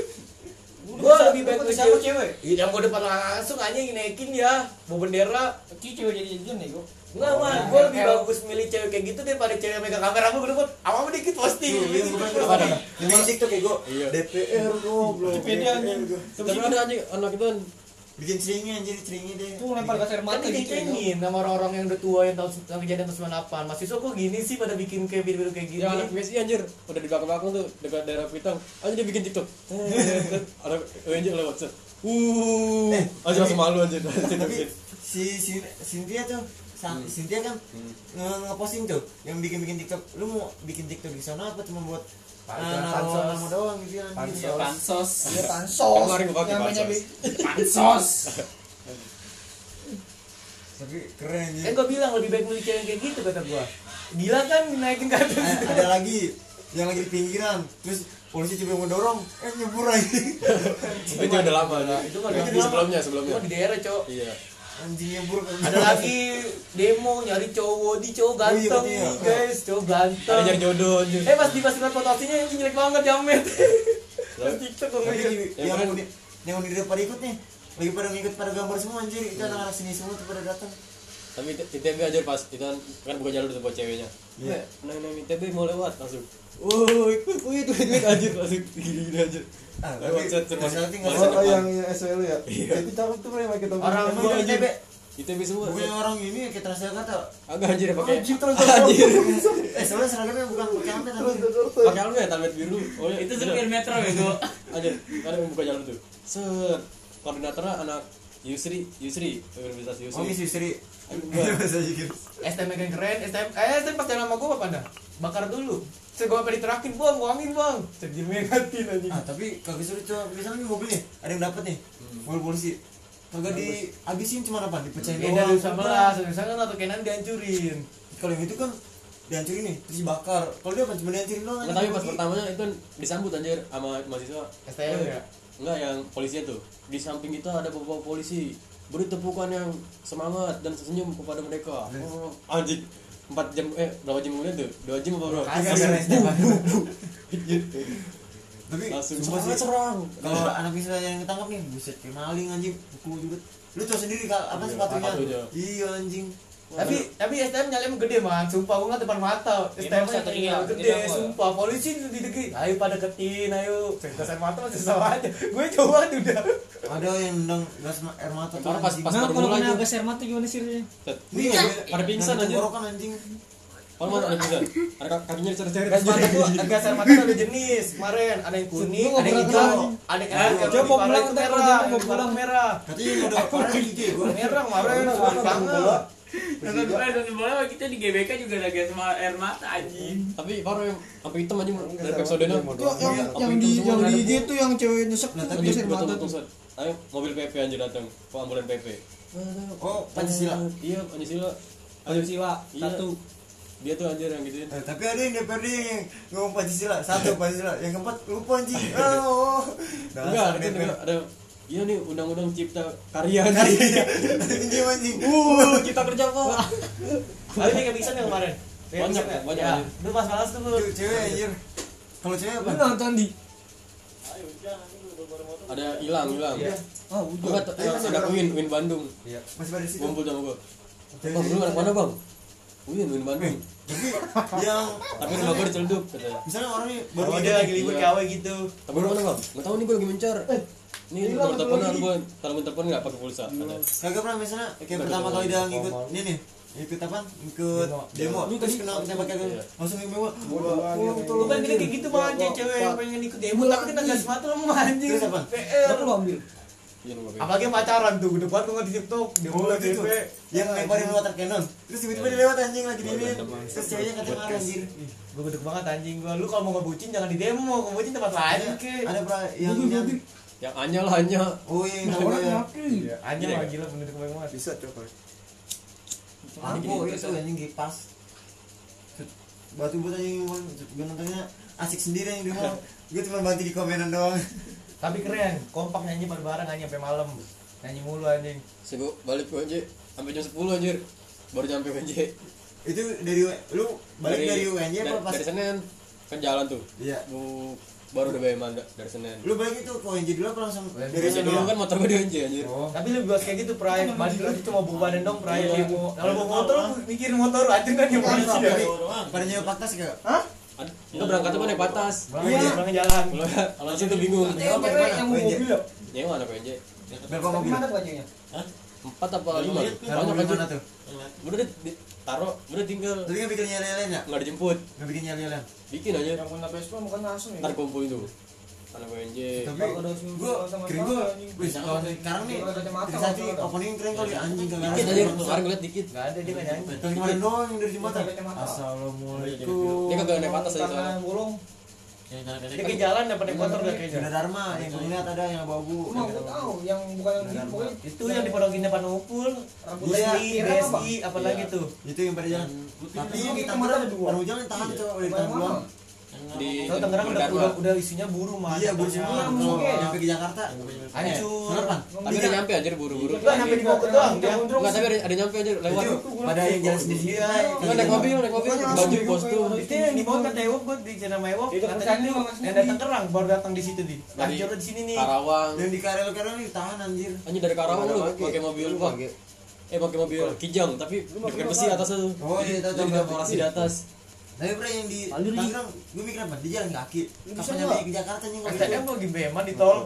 gue lebih baik Gua ke sama cewek cewek Iya, yang gue depan langsung aja naikin ya bawa bendera Ki cewek jadi jadian nih gua enggak man gue lebih bagus milih cewek kayak gitu daripada cewek yang megang kamera gue dapet apa dikit posting Iya, bukan gitu. Apa ada? Yang bikin TikTok ya gua. Iya. D P R goblok. Wikipedia, anjing. tapi ada anjing anak itu kan Bikin ceringnya anjir, ceringnya deh. tuh lempar gas air kan mata gitu dicengin sama orang-orang yang udah tua yang tahun yang kejadian tahun sembilan puluh delapan masih so kok gini sih pada bikin kayak video-video kayak gini ya anak B S I anjir udah di belakang-belakang tuh dekat daerah Pitang anjir dia bikin TikTok ada anjir lewat set uh Eh, anjir langsung malu anjir Tapi si si Cynthia tuh Sa- Cynthia kan nge ngeposting tuh yang bikin-bikin TikTok. Lu mau bikin TikTok di sana apa cuma buat Pansos. uh, naruh nama doang gitu kan? Pansos. Gitu. Pansos. ya pansos Kemarin gua pakai namanya pansos. Bi. Pansos. Tapi keren kan anjir. gue bilang lebih baik milih cewek yang kayak gitu kata gue gila kan naikin ke atas A- Ada lagi yang lagi di pinggiran, terus polisi coba mau dorong, eh nyebur anjing. itu udah lama ya itu kan di sebelumnya sebelumnya di daerah cowok iya Anjing nyebur kan. ada lagi demo nyari cowok di cowok Oh, iya, ganteng iya. nih guys cowok ganteng ada nyari jodoh anjir eh pas di pas lihat foto aslinya yang jelek banget jamet pas tiktok gue Tapi ngeliat di- Yang yang keren. udah yang udah pada ikut nih, lagi pada ngikut pada gambar semua anjir. Itu anak-anak sini semua tuh pada datang. tapi I T B aja pas itu kan kan buka jalur tuh buat ceweknya Iya. nah nah I T B mau lewat langsung oh itu itu itu anjir langsung gini gini anjir Ah, lewat tapi set set masalah tinggal Masa oh, oh depan. yang yang S W L ya Iya. itu cakep tuh mereka kita Orang Emang gua itu I T B I T B semua bukannya orang ini ya kayak Transjakarta. agak anjir ya pakai Anjir, terus anjir Eh soalnya seragamnya bukan pakai helmet tapi pakai helmet helmet biru oh iya Itu supir metro ya gua. anjir kan yang buka jalur tuh set koordinatornya anak Yusri Yusri Universitas Oh ini Yusri istri. Enggak. Bisa gitu. S T M yang keren S T M eh S T M pas jalan sama gue apa anda bakar dulu saya gue apa diterakin bang buangin bang jadi mengatin aja Ah tapi kagak suruh coba misalnya nih mobil nih ada yang dapat nih mobil polisi kagak dihabisin cuma apa dipecahin beda doang. dulu sama lah misalkan atau kenan dihancurin Kalau yang itu kan dihancurin nih terus dibakar. Kalau dia apa cuma dihancurin doang. Nggak, tapi pas pertamanya itu kan disambut anjir sama mahasiswa S T M ya enggak yang polisinya tuh di samping kita ada bapak polisi beri tepukan yang semangat dan senyum kepada mereka oh, anjing empat jam eh berapa jam kemudian tuh dua jam apa berapa Kagak Langsung, beres deh, Pak. Tapi langsung sumpah semangat sih, serang kalau anak bisa yang ketangkap nih buset kayak maling anjing pukul juga. Lu tau sendiri kal apa Iya, sepatunya? sepatunya. Iya anjing. Tapi tapi S T M nyala emang gede man, sumpah gua ngeliat depan mata. S T M Emang satu nyala iya, gede, tidak, gua. sumpah. Polisi di deket, ayo pada ketin, ayo. Gas air mata masih sama aja. Gue coba tuh udah. Ada yang nendang gas ma- air mata tuh. Karena pas anjing. pas Nah, baru kalau mulai kena tuh. gas air mata gimana sih? Set. Iya, pada pingsan Dan aja. tenggorokan anjing. Kalau mana ada pingsan? Ada kak- kakinya dicari-cari. Gas mata tuh, gas air mata tuh ada jenis. Kemarin ada yang kuning, Gua ada yang nggak pernah hijau, kenal. ada yang Eh, yang coba di parah pulang itu ntar merah, kalau dia mau yang di parah pulang. merah. Katanya udah parah gigi gua. Merah kemarin, banget. Nonton bola, nonton bola kita di G B K juga ada gas ma- air mata anjing. Tapi baru yang sampai hitam aja dari episodenya. Itu yang yang di yang di I G itu yang cewek nyesek tuh Tapi gas air betul mata betul tuh. set. Ayo mobil P P anjir datang. Kok ambulan P P. Oh, Pancasila. Iya, Pancasila. Pancasila Iya. satu. Dia tuh anjir yang gituin. Eh, tapi ada yang D P R D yang ngomong Pancasila, satu Pancasila, yang keempat lupa anjing. Oh. Enggak, itu juga ada iya nih undang-undang cipta karya nih. Pinjam anjing. Uh, kita kerja Pak. Tapi dia nggak bisa nih kemarin. Banyak, Bisa, banyak, ya. banyak. Lu pas malas tuh lu. Cewek cewek anjir. Kalau cewek apa? Lu nonton di. Ada hilang, hilang. Iya. Ah, Enggak, udah. eh, ada Win, Win Bandung. Iya, masih pada situ. Kumpul sama gua. Cewek Bang, lu cewek. anak mana, Bang? Win, Win Bandung. Tapi yang Tapi rumah gua dicelduk katanya. misalnya orang ini baru Baru gitu dia nih. lagi libur Iya. kawe gitu. Tapi lu mana, Bang? Enggak tahu nih gua lagi mencar. Nih, Ini lu lah, teleponan lagi. gua. Telepon telepon enggak pakai pulsa katanya. Kagak pernah misalnya kayak Betul, pertama betul. kali dia ngikut ini nih. Ikut apa? Ikut demo. Ini Terus tadi- kena tembak kayak Iya. langsung yang mewah. Lu kan gini kayak gitu mah anjing cewek yang pengen ikut demo tapi kena gas mata lu mah anjing. Terus apa? P R. Lu ambil. Iya, lu pakai. Apalagi yang pacaran tuh, gede banget gua di TikTok. Demo Oh, lagi gitu. P. Yang lemparin water cannon. Terus tiba-tiba dia lewat anjing lagi di ini. Terus ceweknya katanya marah anjir. Gue gede banget anjing gua. Lu kalau mau ngebucin jangan di demo, ngebucin tempat lain ke. Ada pernah yang yang Yang Anya lah Anya. oh yang tahu Orang ya. mati. Anjing Iya. mah gila bener kemarin banget. Bisa coba. Lampu itu anjing kipas. Batu buat anjing gue nontonnya asik sendiri yang di mall. Gue cuma bantu di komenan doang. Tapi keren, kompak nyanyi bareng-bareng nyanyi sampai malam. Nyanyi mulu anjing. Sibuk balik ke U N J sampai jam sepuluh anjir. Baru nyampe U N J. Itu dari lu balik dari U N J apa dari, pas? dari Senin kan jalan tuh. Iya. Lu baru udah bayar mandat dari Senin. Lu balik itu ke U N J dulu apa langsung U N J dari Dari sana? dulu kan motor gue di U N J anjir. Tapi lu buat kayak gitu, Pray. Balik lagi cuma bawa badan dong, Pray. Iya. Demo. Kalau bawa motor lu mikirin motor anjing kan yang polisi Tapi dah. pada nyewa paktas gak? Ad- Itu berangkatnya kan naik patas. Iya, orang jalan. Kalau kalau langsung tuh bingung. Yang cewek yang mau mobil ya. Nyewa anak U N J. Berapa Tapi mobil? mana bajanya? Empat apa lima? Sekarang Banyak mobil anjir. mana tuh? Udah di, di taruh, udah tinggal Tadi kan bikin nyala-nyalain ya? nggak dijemput. Nggak bikin nyala-nyalain. Bikin aja. Yang punya Vespa bukan langsung ya. Ntar kumpul itu. Anak U N J. Tapi Kalau ada semua gue sama keren sama gue anjing. wih kalau sekarang nih Kalau ada mata, dari tadi kalau ada. opening keren kali anjing kagak Dikit ada. aja. Kemarin gue liat dikit. Enggak ada dia enggak nyanyi. Yang kemarin doang yang dari Jembatan. Pakai kacamata. Assalamualaikum. Dia kagak naik patas aja Karena soalnya. bolong. Dia kayak jalan dapat naik motor dah kayaknya. Bunda Dharma yang gue lihat ada yang bawa-bu. Cuma gue tahu yang bukan yang gitu pokoknya. Itu yang di Pondok Indah Panupul, Rambut B S I, saya B kira S apa? I, apalagi tuh. Itu yang pada jalan. Tapi Iya, yang di kita Tangerang ada dua. baru jalan tahan cowok dari tahun duluan. Di Kalau Tangerang udah, Dharma. udah udah isinya buru mah. Iya, baru semua Yang kalau mungkin. nyampe ke Jakarta. Hancur. Selepan. Tapi udah nyampe anjir buru-buru. Enggak nyampe di Bogor doang dia. Enggak, tapi ada, ada nyampe aja lewat. Itu pada yang jalan sendiri. Iya. Enggak naik mobil, naik mobil, baju kostum. Itu yang di bawah kata Ewok buat di Cina Mewok. Itu Katanya perusahaan itu juga, Mas yang Nudi. datang kerang baru datang di situ di. Dari Hancur di sini nih. Karawang. Yang di Karel-Karel ditahan anjir. Anjir dari Karawang lu pakai mobil Pak. Eh pakai mobil Kijang tapi pakai besi atasnya tuh. Oh, iya, tahu, tahu, Jadi tahu. dekorasi di atas. Tapi pernah yang di Tangerang, gue mikir apa? Dia jalan kaki. Kapan nyampe ke Jakarta nih S T M lagi beman di tol.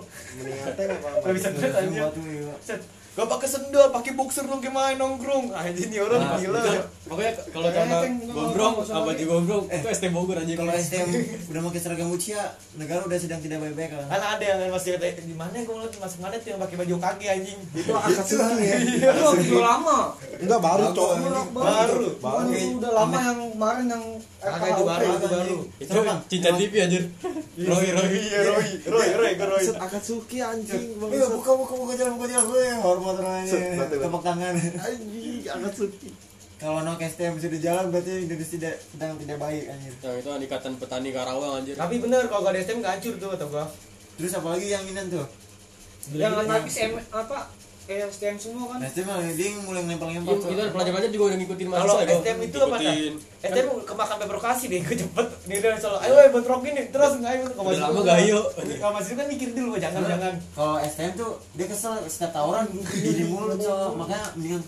Gak bisa terus aja. Set. Gak pakai sendal, pakai boxer dong kayak main nongkrong. Anjir nih orang Nah, gila. itu, pokoknya kalau celana gombrong sama baju gombrong itu S T Bogor anjir. Kalau S T M udah pakai seragam Uchiha, negara udah sedang tidak baik-baik kan. Kan ada yang masih kata di mana gue ngeliat masuk mana tuh yang pakai baju kaki anjing. Itu Akatsuki ya. Itu udah lama. Enggak baru cok. Baru. Bukan itu udah lama yang kemarin yang Kagak itu baru, itu baru. Itu cinta T V anjir. Roy Roy. Iya, Roy, Roy, Roy, ke Roy. Set Akatsuki anjing. Eh, buka buka buka jalan buka jalan gue hormat orangnya. Tepuk tangan. Anjing Akatsuki. Kalau anak S T M sudah jalan berarti Indonesia tidak sedang tidak baik anjir. Yang itu ikatan petani Karawang anjir. Tapi bener kalau gak ada S T M gak hancur tuh atau gua. Terus apalagi yang ini tuh? yang anak S M apa eh S T M semua kan. S T M mah dia mulai ngelempar-lempar. Iya, itu pelajar-pelajar juga udah ngikutin Kalau mahasiswa S T M itu apa kan? Ngikutin. S T M ke makam Pemprokasi deh, gue cepet. Nih dia selalu, ayo ayo bentrokin nih, terus nggak ayo. Kalau Udah lama gak ayo. Kalau masih kan mikir dulu, jangan jangan. Kalau S T M tuh dia kesel setiap tawuran gini mulu cowok, makanya mendingan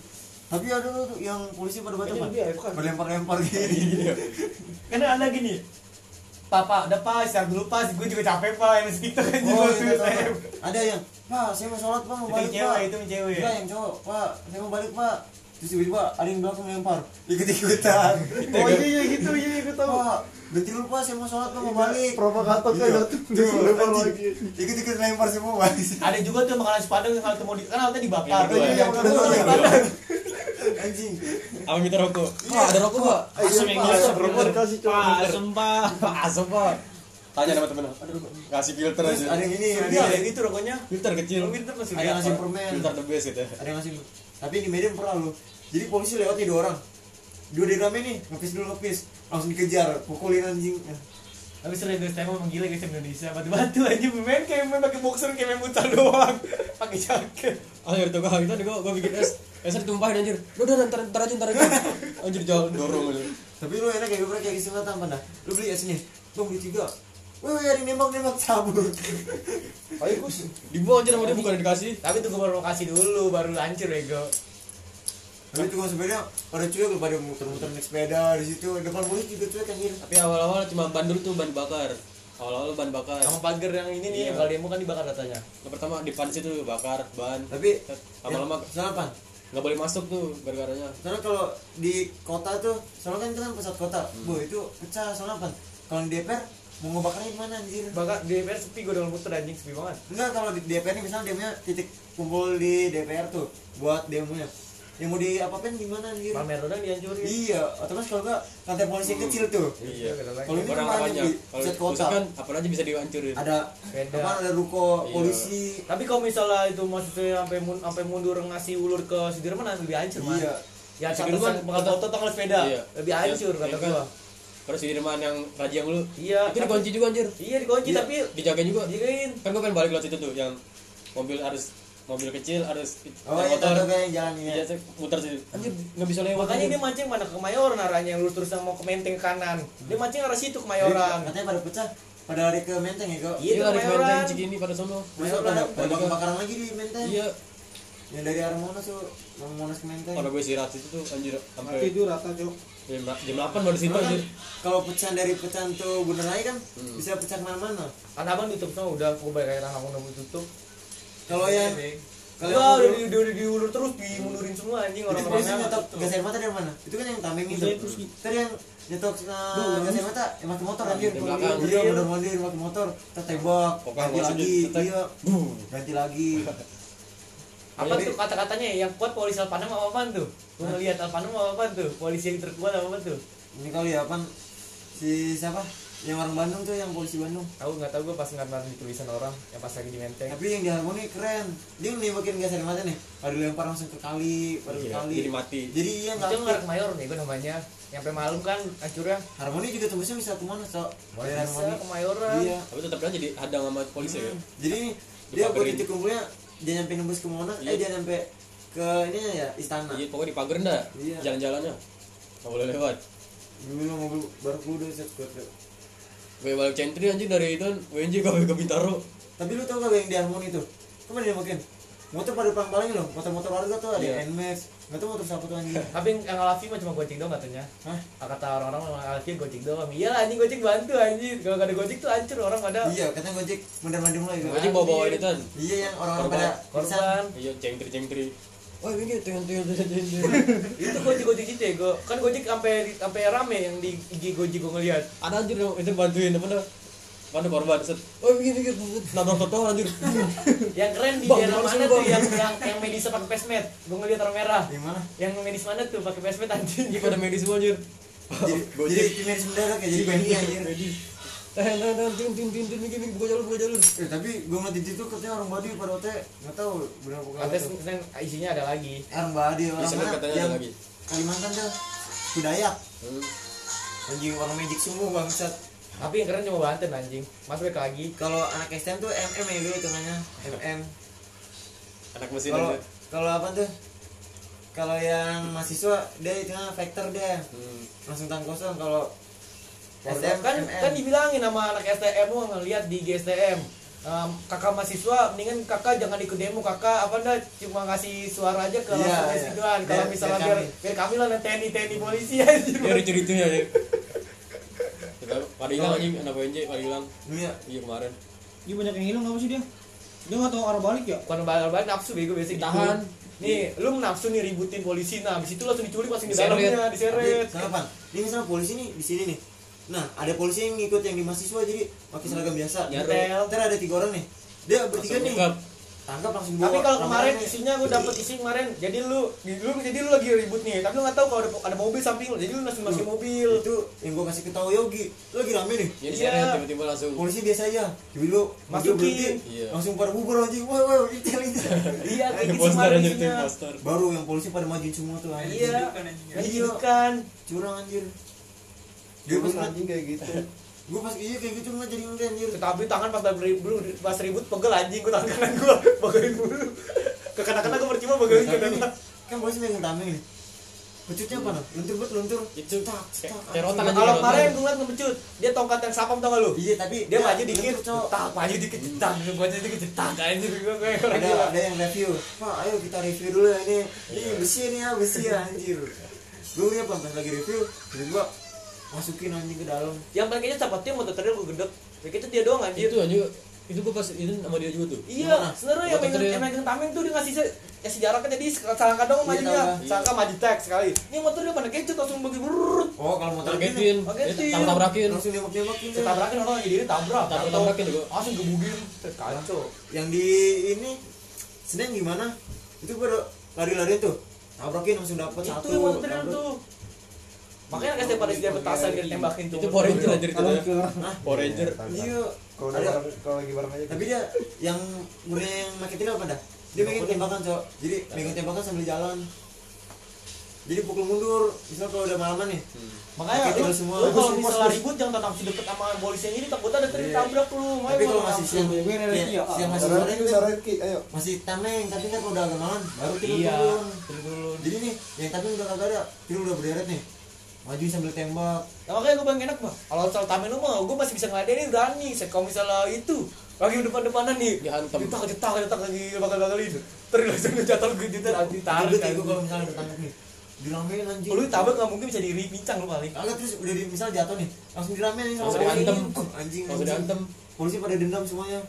Tapi ada tuh yang polisi pada batu Ini kan, dia, bukan? pada lempar-lempar gini. Karena ada gini. Papa, udah pas, siap dulu pas, gue juga capek pak, yang masih TikTok kan Oh, juga iya, saya. tahu. Ada yang, Pak, saya mau sholat Pak, mau Itu balik yang cewek, Pak. itu yang cewek. Enggak, yang cowok, Pak, saya mau balik Pak. Terus tiba-tiba ada yang belakang lempar, ikut-ikutan. Oh iya iya gitu, iya iya, gue tahu. Pak, berhenti dulu Pak, saya mau sholat Pak, mau balik. Provokator kan Iya. jatuh. Tuh, Lempar anjing. lagi. Ikut-ikut lempar semua balik. Ada juga tuh makanan sepadang yang kalau mau di, kan alatnya dibakar. Iya, iya, Yang iya, kedua iya. sepadang. Anjing. Apa minta rokok? Pak, ada rokok Pak. Asem yang Pak, gitu. rokok dikasih, Cok. Pak, asem Pak. Pak, asem Pak. Tanya sama temen, ada rokok. Kasih filter Terus aja. ada yang ini, ada Dia ada yang yang itu rokoknya. Filter kecil. Kalau filter masih ada yang ngasih permen. Filter the best gitu. Ada yang ngasih. Tapi di Medan pernah lu. Jadi polisi lewat nih dua orang. Dua di rame nih, ngepis dulu ngepis. Langsung dikejar, pukulin anjing. Tapi sering guys, tema emang gila guys Indonesia. Batu-batu aja main kayak main pakai boxer kayak main futsal doang. Pakai jaket. Akhir tuh kau itu gue gue bikin es. Esnya ditumpahin anjir. Udah udah ntar ntar aja ntar aja. Anjir jalan dorong aja. Tapi lu enak kayak gue kayak istilah tampan dah. Lu beli es nih, bang beli tiga. Wih, ada yang nembak-nembak cabut. Ayo Gus. Dibawa anjir sama dia bukan dikasih. Tapi tunggu baru lokasi dulu, baru hancur bego. Tapi tukang sepeda pada cuek lu pada muter-muter naik sepeda di situ. Depan polisi juga cuek anjir. Tapi awal-awal cuma ban dulu tuh ban bakar. Awal-awal ban bakar. Sama pagar yang ini nih, Iya. kalau demo kan dibakar katanya. Yang pertama di pan situ bakar ban. Tapi lama-lama salah pan. nggak boleh masuk tuh gara-garanya. Soalnya kalau di kota tuh, soalnya kan itu kan pusat kota. Bu itu pecah soalnya pan. Kalau di D P R mau ngebakarnya di mana anjir? Bakar D P R sepi, gue udah muter anjing sepi banget. Enggak, kalau di D P R ini misalnya demonya titik kumpul di D P R tuh buat demonya. Yang mau di apa-apain gimana anjir? Palmer udah dihancurin. Iya, otomatis kalau enggak kantor polisi yang kecil tuh. Iya. Kalau ini Orang kan banyak. di Kalau pusat di kota. pusat kan apa aja bisa dihancurin. Ada Beda. apa ada ruko Iya. polisi. Tapi kalau misalnya itu maksudnya sampai mun, sampai mundur ngasih ulur ke Sudirman lebih hancur man. Iya. Ya Sudirman, Sudirman bakal foto tanggal sepeda. Iya. Lebih hancur Iya, kata iya kan? gua. Terus Sudirman yang Raja lu. Iya. Itu tapi- dikunci juga anjir. Iya dikunci Iya. tapi Dijagain juga. dijagain. Kan gue pengen balik lewat situ tuh yang mobil harus mobil kecil harus Oh yang iya, tahu kayak jalan ini. Iya, saya muter sih. Anjir, enggak bisa lewat. Makanya anjir. dia mancing mana ke Kemayoran arahnya yang lurus terus yang mau ke Menteng ke kanan. Dia mancing arah situ Kemayoran. Katanya pada pecah pada lari ke Menteng ya kok. Iya, Iya, itu lari ke Kemayoran. Menteng Cikini pada sono. Besok ada ada kebakaran lagi di Menteng. Iya, Yang dari arah Monas tuh, mau Monas ke Menteng. kalau gue istirahat itu tuh anjir Mati sampai itu rata Cok. jam jam delapan baru situ Soalnya kan anjir. kalau pecahan dari pecahan tuh bener lagi kan Hmm. bisa pecah kemana-mana. Kan abang tutup semua udah gue bayar tanah udah mau tutup. Kalau yang kalau Kalau yang udah mobil- di, udah diulur terus dimundurin semua anjing itu orang-orang biasanya nyetok gas air mata dari mana? Itu kan yang tameng itu. Tadi yang nyetok uh, gas air mata yang pakai motor anjir. Di belakang. Iya, mondar-mandir pakai motor, tertembak, Pokoknya ganti langsung lagi, ditetek. iya. Ganti lagi. apa Jadi- tuh kata-katanya yang kuat polisi Alpanam apa apaan tuh? Gue ngeliat Alpanam apa apaan tuh? Polisi yang terkuat apa apaan tuh? Ini kali ya pan si siapa? Yang orang Bandung tuh yang polisi Bandung. Tahu nggak tahu gue pas ngeliat di tulisan orang yang pas lagi di Menteng. Tapi yang di Harmoni keren. Dia nembakin gas air mata nih. Pada lempar langsung ke kali, pada ke Iya, kali. jadi mati. Jadi iya Itu nggak ngarep Mayor nih gue namanya. Nyampe malam kan hancurnya. Harmoni juga tembusnya bisa kemana so? Dari Bisa Harmoni. ke Mayoran. Iya. Tapi tetap aja dihadang sama polisi ya. Jadi dia buat Dipagerin. titik kumpulnya dia nyampe nembus ke Monas, Iya. eh dia nyampe ke ininya ya istana. Iya, pokoknya dipagerin dah. Iya. Jalan-jalannya. Enggak boleh lewat. Dulu mobil baru keluar dari set kuat. Gue balik centri anjing dari itu W N J gue ke Bintaro. Tapi lu tau gak yang di Harmoni tuh? Kemana dia makin? Motor pada pelang-palangin loh, motor-motor warga tuh ada Iya. N-Max. Gak tau motor siapa tuh anjing. Tapi yang Alafi mah cuma goceng doang katanya. Hah? Kata orang-orang memang Alafi goceng doang. Iya lah anjing goceng bantu anjing. Kalau gak ada goceng tuh hancur orang pada Iya, katanya Gojek bener-bener mulai gitu. Anjing bawa-bawa ini kan. Iya yang orang-orang Korban. pada korban. Iya, cengtri-cengtri. Oh, ini dengan dengan dengan Itu gojek gojek gitu ya gue. Kan gojek sampai sampai rame yang di I G gojek gue ngeliat. ada anjir dong, itu bantuin apa dah? Mana korban set. Oh, begini begini nabrak trotoar anjir. Yang keren di Bang, daerah gimana mana sih, tuh Bang? yang yang yang medis pakai pesmet. Gue ngeliat orang merah. di mana? Yang medis mana tuh pakai pesmet anjing. Ini pada medis semua anjir. Jadi jadi tim medis mendadak ya, jadi banyak anjir. Eh, nah, nah, tin tin tin tin gini buka jalur buka jalur. Eh tapi gue ngeliat di situ katanya orang Baduy pada O T nggak tahu benar bukan. Atas kan isinya ada lagi. Eh, orang Baduy Di orang sana mana? katanya Yang ada lagi. Kalimantan tuh Kudayak. Hmm. Anjing orang magic semua bangsat. Tapi yang keren cuma Banten anjing. Mas balik lagi. Kalau anak S T M tuh M M ya dulu hitungannya M M. Anak mesin Kalau aja. kalau apa tuh? Kalau yang mahasiswa dia hitungannya vector dia Hmm. langsung tangan kosong. Kalau S T M Kan M M. kan dibilangin sama anak S T M lu ngeliat di G S T M. Um, kakak mahasiswa mendingan kakak jangan ikut demo, kakak apa dah cuma ngasih suara aja ke Iya, langsung iya. doang. Kalau Biar- misalnya biar biar kami. biar kami lah yang T N I T N I polisi anjir. Ya lucu-lucunya ya. Kita pada hilang anjing anak W N J pada hilang. Iya. Iya kemarin. Dia banyak yang hilang apa sih dia? Dia nggak tahu arah balik ya? Bukan balik-balik nafsu bego biasa gitu. Tahan. Nih, lu nafsu nih ributin polisi. Nah, habis itu langsung diculik langsung di Diseret. dalamnya, diseret. Kenapa? Ini misalnya polisi nih di sini nih. Nah, ada polisi yang ngikut yang di mahasiswa jadi pakai seragam biasa. Nyetel. Ntar ada tiga orang nih. Dia bertiga Langsung nih. lengkap. Tangkap langsung dibawa. Tapi kalau kemarin Rame-rame. isinya gue dapet isi kemarin, jadi lu, lu jadi lu lagi ribut nih, tapi lu nggak tahu kalau ada, ada mobil samping lu, jadi lu langsung masukin mobil. itu yang gua kasih ketahu Yogi. Lu lagi rame nih. Ya Iya. diseret tiba-tiba langsung. Polisi biasa aja. Jadi lu Masukin. mobil berhenti, Iya. langsung pada bubar anjing. Wah, wah, intel intel. Iya, kayak gitu Poster kemarin anjir tuh isinya. poster. Baru yang polisi pada majuin semua tuh anjing. Iya, Iya. pendidikan. Curang anjir. Dia Dia pas pas anjing kayak gitu. gua pas iya kayak gitu nggak jadi ngeliat anjir. Tapi tangan pas ribut, pas ribut pegel anjing, gue tangan kanan gue bagelin dulu. Ke kanan-kanan gue percuma bagelin ke Tapi nih, kanan. kan polisi megang tameng nih. Pecutnya apa nah? Luntur buat luntur. Itu tak, kayak tak, kayak rotan Nah, anjing. kalau rotan. kemarin gue ngeliat ngepecut, dia tongkat yang sapam tau gak lu? Iya tapi Dia maju dikit, luntur, Cok. cetak, maju dikit, cetak, maju dikit, cetak, anjir gue kayak orang ada gila. ada yang review. Pak, ayo kita review dulu ya ini. Ini besi nih ya, besi ya anjir. Gue lihat pas lagi review, jadi gua masukin anjing ke dalam. Yang paling kayaknya sapatnya motor trail gue gedek, kayak gitu dia doang anjir. Itu anjing. Itu gua pas itu sama dia juga tuh. Iya, Gimana? sebenarnya yang Motor megang trail. yang megang tameng tuh dia ngasih se ya sejarahnya jadi selangkah dong Iya, majunya, tahu, selangkah maju teks sekali. Ini motor dia pada kecut langsung bagi berut. Oh, kalau motor Targetin, Targetin. dia tabrakin. langsung nembak-nembakin. Saya tabrakin orang lagi diri tabrak, Tabrak-tabrakin juga. langsung gebugin, kacau. Yang di ini Senin gimana? Itu gua udah lari-lari tuh. Tabrakin langsung dapat Itu satu. yang motor trail dapet. tuh. Makanya kan setiap pada dia petasan dia tembakin tuh. Itu Power Ranger anjir itu. Kalau ya. ke Power Ranger. Iya. Kalau udah Ada. bareng, kalau lagi bareng aja. Tapi dia yang murni yang pakai tinggal apa dah? Dia megang tembakan, Cok. Jadi megang tembakan sambil jalan. Jadi pukul mundur. Misal kalau udah malaman nih. Makanya Pakai lu, tinggal semua. lu kalau Bos, misalnya bos. ribut jangan tetap deket sama polisi yang ini, takut ada Iya. tertabrak lu. Tapi kalau masih siang, Gue kayak relasi ya. siang masih Saran sore Ki, itu saran Ki, ayo. masih tameng, tapi kan kalau udah agak malam baru tidur Iya, turun. tidur dulu. Jadi nih, yang tameng udah kagak ada, tidur udah berderet nih. Maju sambil tembak. Nah, makanya gue paling enak mah. Kalau soal tamen lu mah, gue masih bisa ngeladenin berani. Saya kalau misalnya itu lagi depan-depanan nih, Dihantam. jetak jetak jetak lagi bakal-bakalin. Terus langsung jatuh gue gitu anjing tarik. Tapi gue kalau misalnya ketangkep nih, diramein anjing. Lu tabrak nggak mungkin bisa diri pincang lu paling. Kagak terus udah di misal jatuh nih, langsung diramein nih sama Langsung polisi. dihantem. Anjing, Langsung anjing. dihantem. Polisi pada dendam semuanya.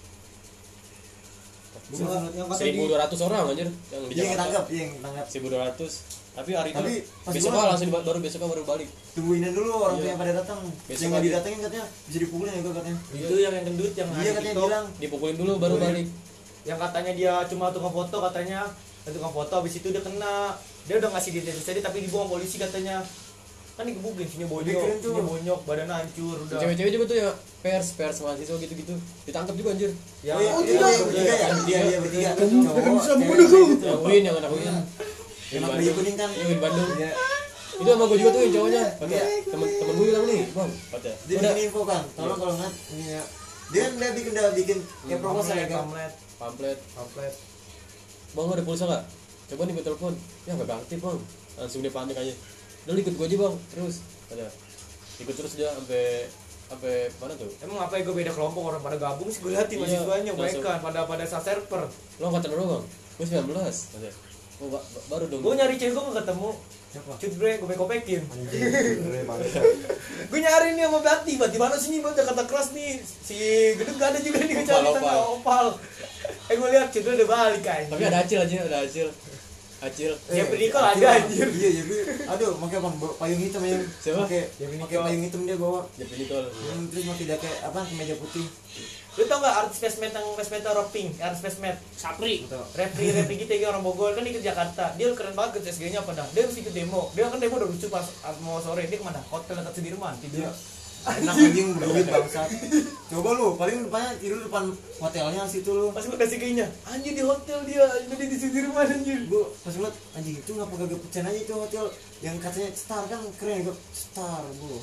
yang kata seribu di dua ratus orang anjir yang di Iya yang Jakarta. ketangkep, iya yang ketangkep. seribu dua ratus. Tapi hari itu Tapi pas besoknya gua- langsung diba- baru besoknya baru balik. Tungguinin dulu orang Iya. yang pada datang. Besok Yang nggak lagi. didatengin katanya bisa dipukulin ya gue katanya. Itu yang yang gendut yang Iya ngasih katanya TikTok. bilang. Dipukulin dulu baru Iya. balik. Yang katanya dia cuma tukang foto katanya. Dia tukang foto habis itu dia kena. Dia udah ngasih detail tadi tapi dibuang polisi katanya. Kan digebukin sini bonyok, Dikirim tuh. sini bonyok, badannya hancur udah. Cewek-cewek juga tuh ya pers pers mahasiswa gitu-gitu. Ditangkap juga anjir. Ya, Oh iya, Oh, iya, tidak. iya, bertiga ya? Dia dia bertiga. Kamu Cowok, tidak bisa cewek membunuh kau. gitu. Yang Win yang anak Win. Yang Win pakai Bandung. kuning kan? Iya Win Bandung. Iya. Itu sama gue juga tuh yang cowoknya. Kata Iya. temen temen gue bilang nih, bang, kata. Dia Udah bikin info kan, tolong kalau nggak ini ya. Dia kan udah bikin udah bikin kayak proposal ya kan. pamlet, pamflet. pamlet. Bang ada pulsa nggak? Coba nih gue telepon. Ya nggak aktif bang. Langsung dia panik aja. Udah ikut gue aja bang. Terus ada ikut terus dia sampai sampai mana tuh? Emang apa ya gue beda kelompok orang pada gabung sih gue liatin Iya, mahasiswanya langsung. mereka pada pada saat server. Lo angkatan berapa bang? Gue sembilan belas. Kata. Oh ba- ba- baru dong. Gue nyari cewek gue gak ketemu. Siapa? Cut bre, gue kopekin. Anjing, bangsa. Gue nyari nih sama Bati, Bati mana sih nih buat kata keras nih. Si Gedung gak ada juga nih gue cari Opal, tengah opal. opal. Eh gue lihat Cut bre udah balik kan. Tapi ada acil aja, ada acil. Acil. Ya pedikol Eh, ada anjir. Iya, jadi aduh, pakai apa? Bawa payung hitam yang Siapa? pakai Ya, pakai payung hitam dia bawa. Jadi tol. Hmm, terus pakai jaket apa? Kemeja putih. Lu tau gak artis Fesmet yang Fesmet orang pink, artis Fesmet. Sapri. Gitu. Refri Refri gitu ya orang Bogor kan ikut Jakarta. Dia keren banget ke S G-nya apa dah? Dia harus ikut demo. Dia kan demo udah lucu pas mau sore. Dia kemana? Hotel dekat Sudirman tidur. Iya. Enak anjing berduit bangsat. Coba lu, paling depannya tidur depan hotelnya situ lu. Pas gue kasih kayaknya, anjir di hotel dia, jadi di Sudirman anjir. Gua pas ngeliat anjing itu ngapa kagak pecahan aja itu hotel yang katanya star kan keren ya, star bu.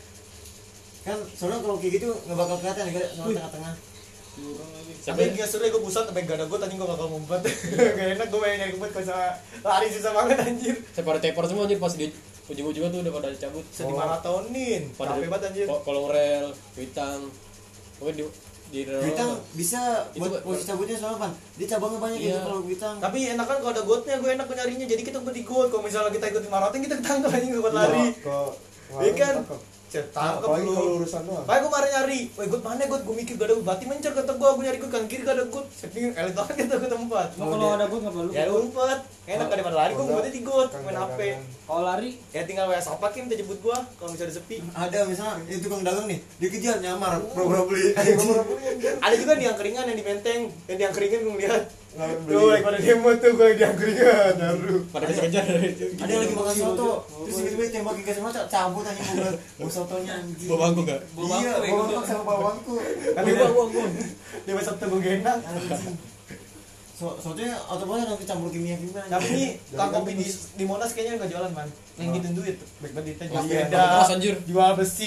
Kan soalnya kalau kayak gitu nggak bakal kelihatan ya soalnya tengah-tengah. Siapa? Tapi gak seru gue pusat sampai gak ada gue tadi gue bakal ngumpet. Gak enak gue pengen nyari ngumpet pas lari susah banget anjir. Saya pada taper semua anjir pas di ujung-ujungnya tuh udah pada cabut. Bisa dimaratonin. Pada Capek banget anjir. ko- kolong rel, kuitang. Pokoknya di di Kuitang bisa Itu buat buat- posisi cabutnya soalnya pan. Dia cabangnya banyak Iya. gitu kalau Kuitang. Tapi enak kan kalau ada gotnya, gue enak nyarinya. Jadi kita gue di got. Kalau misalnya kita ikut maraton kita ketangkep aja nggak buat lari. Iya kan? Tangkep Apalagi lu. kalau urusan doang. Kayak gue kemarin nyari, weh got mana got? Gue mikir gak ada berarti mencar kata gue, gue nyari got kan kiri gak ada got. Saya pikir elit banget kata gue tempat. Mau kalau ada gue nggak perlu. Ya umpet, enak kan daripada lari gue ngumpetnya di got, main H P. Kalau lari, Ya tinggal W A sopakin kita jemput gue kalau misalnya sepi. Ada misalnya itu tukang dagang nih, dikejar nyamar, pura-pura beli. Ada juga di yang keringan yang di menteng, yang di yang keringan gue ngeliat. Nggak Tuh, beli. lagi pada demo tuh gue yang di yang keringan, baru. pada kejar Ada yang lagi makan soto, terus tiba-tiba tembakin ke semua cabut aja mau mau sotonya anjing. bawa bangku gak Iya, bawa bangku sama bawa bangku. Tapi gue gue gue, dia besok tuh gue gendang. Anjing. So, sotonya atau banyak nanti campur kimia-kimia. Tapi ini tukang kopi di, di Monas kayaknya nggak jualan man, yang gitu duit, baik banget duitnya jual Iya, sepeda, keras, anjir. jual besi.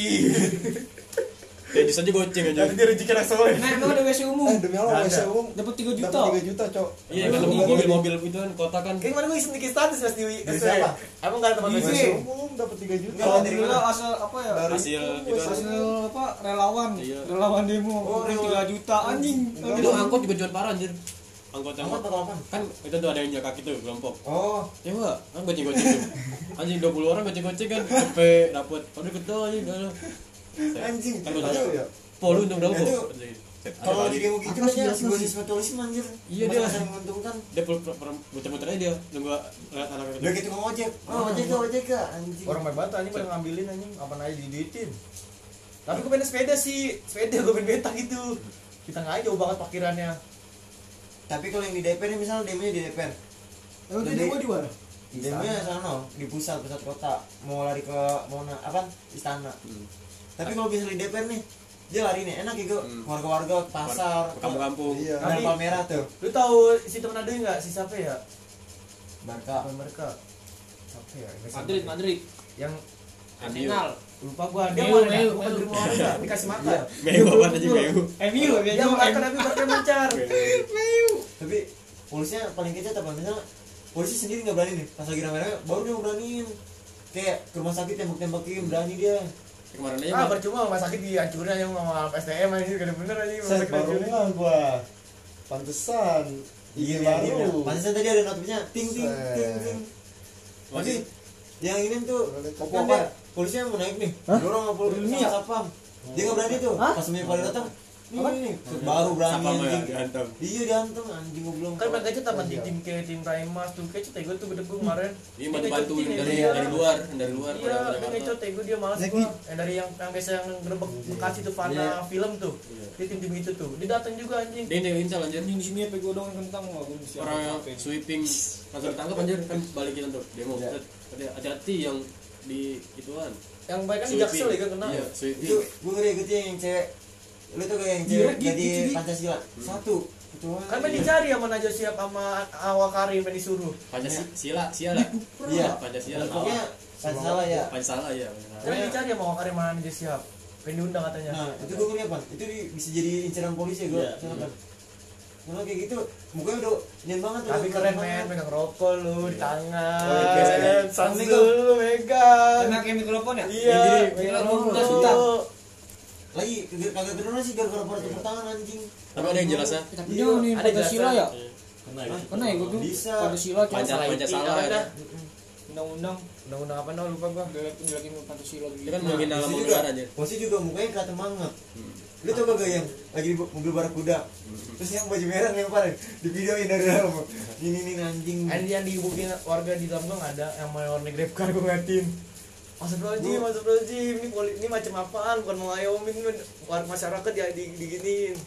kayak di saja goceng aja Tapi dia rezeki anak soleh. nah emang ada W C umum. Eh demi Allah W C umum Dapat tiga juta. dapat tiga juta, Cok. iya kan mobil-mobil itu kan kota kan Kayak kemarin gue iseng bikin status mas di Dari S W. siapa? Emang gak ada tempat Di W W C? C umum dapat tiga juta. Enggak, dari Alhamdulillah mana? asal apa ya? Dari hasil umum, itu W C Hasil umum. apa? Relawan. Iya. Relawan demo. Oh, Udah tiga relawan. juta anjing. itu angkot juga jual parah anjir angkot yang Angkot atau apa? kan itu tuh ada yang jaga kaki tuh kelompok Oh, ya enggak kan goceng-goceng tuh anjing dua puluh orang goceng-goceng kan cepet dapet padahal ketemu anjing udah anjing. kan Aduh, goceng ya. polu untuk berapa Itu, po kalau di demo gitu Apa sih, banyak apa simbiosis mutualisme anjir. Iya, dia. Masa saling menguntungkan. dia perlu muter-muter aja dia nunggu lihat anak Udah gitu ngomong ojek. Oh, ojek ke ojek ke anjing. Orang baik banget anjing pada ngambilin anjing, apa aja diduitin. Tapi gue pengen sepeda sih, sepeda gue pengen beta gitu. Kita nggak aja jauh banget parkirannya. Tapi kalau yang di D P R nih misalnya demonya di D P R. Emang Jadi- demo di mana? Demonya sana di pusat pusat kota mau lari ke Mona apa istana. Tapi kalau misalnya di D P R nih dia lari nih enak gitu Hmm. warga-warga ke pasar ke kampung-kampung Iya. dan Tapi- Palmerah tuh Lu tahu si temen ada nggak si siapa ya? Barca. Apa mereka? Siapa ya? Inggris Madrid, siapa? Madrid. Yang Arsenal. lupa gua dia Meu, mana? Meu, Bukan Meu. di rumah warga, dikasih makan. meu apa aja meu M U, Dia M U, makan tapi pakai mencar. Tapi polisinya paling kecil apa misalnya polisi sendiri nggak berani nih pas lagi rame-rame baru dia beraniin kayak ke rumah sakit tembak-tembakin berani dia. kemarin aja Ah Bang. percuma rumah sakit dihancurin aja sama S T M aja gak ada bener aja rumah Set sakit baru dihancurin. nggak gua. Pantesan. Iya, Iya iya. baru. Pantesan tadi ada notifnya ting ting Set. ting ting. Tapi yang ini tuh Popo kan apa? dia polisinya mau naik nih. Dorong sama polisi sama satpam. Dia nggak berani tuh. Pas semuanya pada datang. Nih, nih, baru berani Siapa mah ya anjing. dihantam Iya dihantam anjing gua belum. Kan mereka itu taman di tim kayak tim Raimas tuh kayak gue tuh gede gue kemarin. iya bantu bantu Dia dari ngecotin, dari luar dari luar Iya, pada dia Jakarta ngecot gue dia malas Lagi. gua. Yang dari yang yang biasa yang gerbek Bekasi tuh Fana Iya. film tuh. Iya. Dia tim-tim itu tuh. Dia datang juga anjing. dia ini intel anjir Anjing di sini apa gue doang kentang mau gue mesti orang yang apa-apa. sweeping langsung ditangkap anjir kan balikin untuk demo Iya. Set. hati-hati yang di ituan Yang baik kan di Jaksel ya kan kena. iya Itu sweeping gue ngeri gitu yang cewek. Lu tuh kayak yang Iya, cewek gitu, jadi gitu. Pancasila. Satu. Itu Kan main dicari sama Najwa Shihab sama Awak Karim main disuruh. Pancasila siala Iya. Pancasila Pokoknya Pancasila ya. Pancasila ya Kan main dicari sama Awak Karim sama Najwa Shihab. Pengen diundang katanya. Nah, itu gue ngeri apa? Itu di- bisa jadi inceran polisi ya gue. Iya. Silakan. Karena kayak gitu, mukanya udah nyen banget tuh. Tapi keren men, megang rokok lu di tangan. Oh, iya, biasa aja. Sambil lu megang. Enak kayak mikrofon ya? Iya, Yang megang jadi rokok. juta. Lagi kagak kagak kedengeran sih gara-gara pada tepuk tangan anjing. tapi ada yang jelasnya Tapi Iya, jangan nih ada Pancasila jelasan. ya? kena Hah? Kena ya gue tuh Bisa. Pancasila cuma Pancasila Salah Pancasila itu, ya dah. undang-undang Undang-undang apa no lupa gua. jelekin Pancasila itu gitu. kan menghina Polisi lambang juga, negara anjir polisi juga mukanya kelihatan banget. Lu tau gak yang lagi di mobil barakuda, terus yang baju merah lemparin di videoin dari dalam. Ini nih anjing. And yang digebukin warga di dalam gang ada yang mau warna grab car gue ngatin. Astagfirullahaladzim, astagfirullahaladzim, ini poli, ini macam apaan? Bukan mau ngayomin, ini warga masyarakat ya di, diginiin.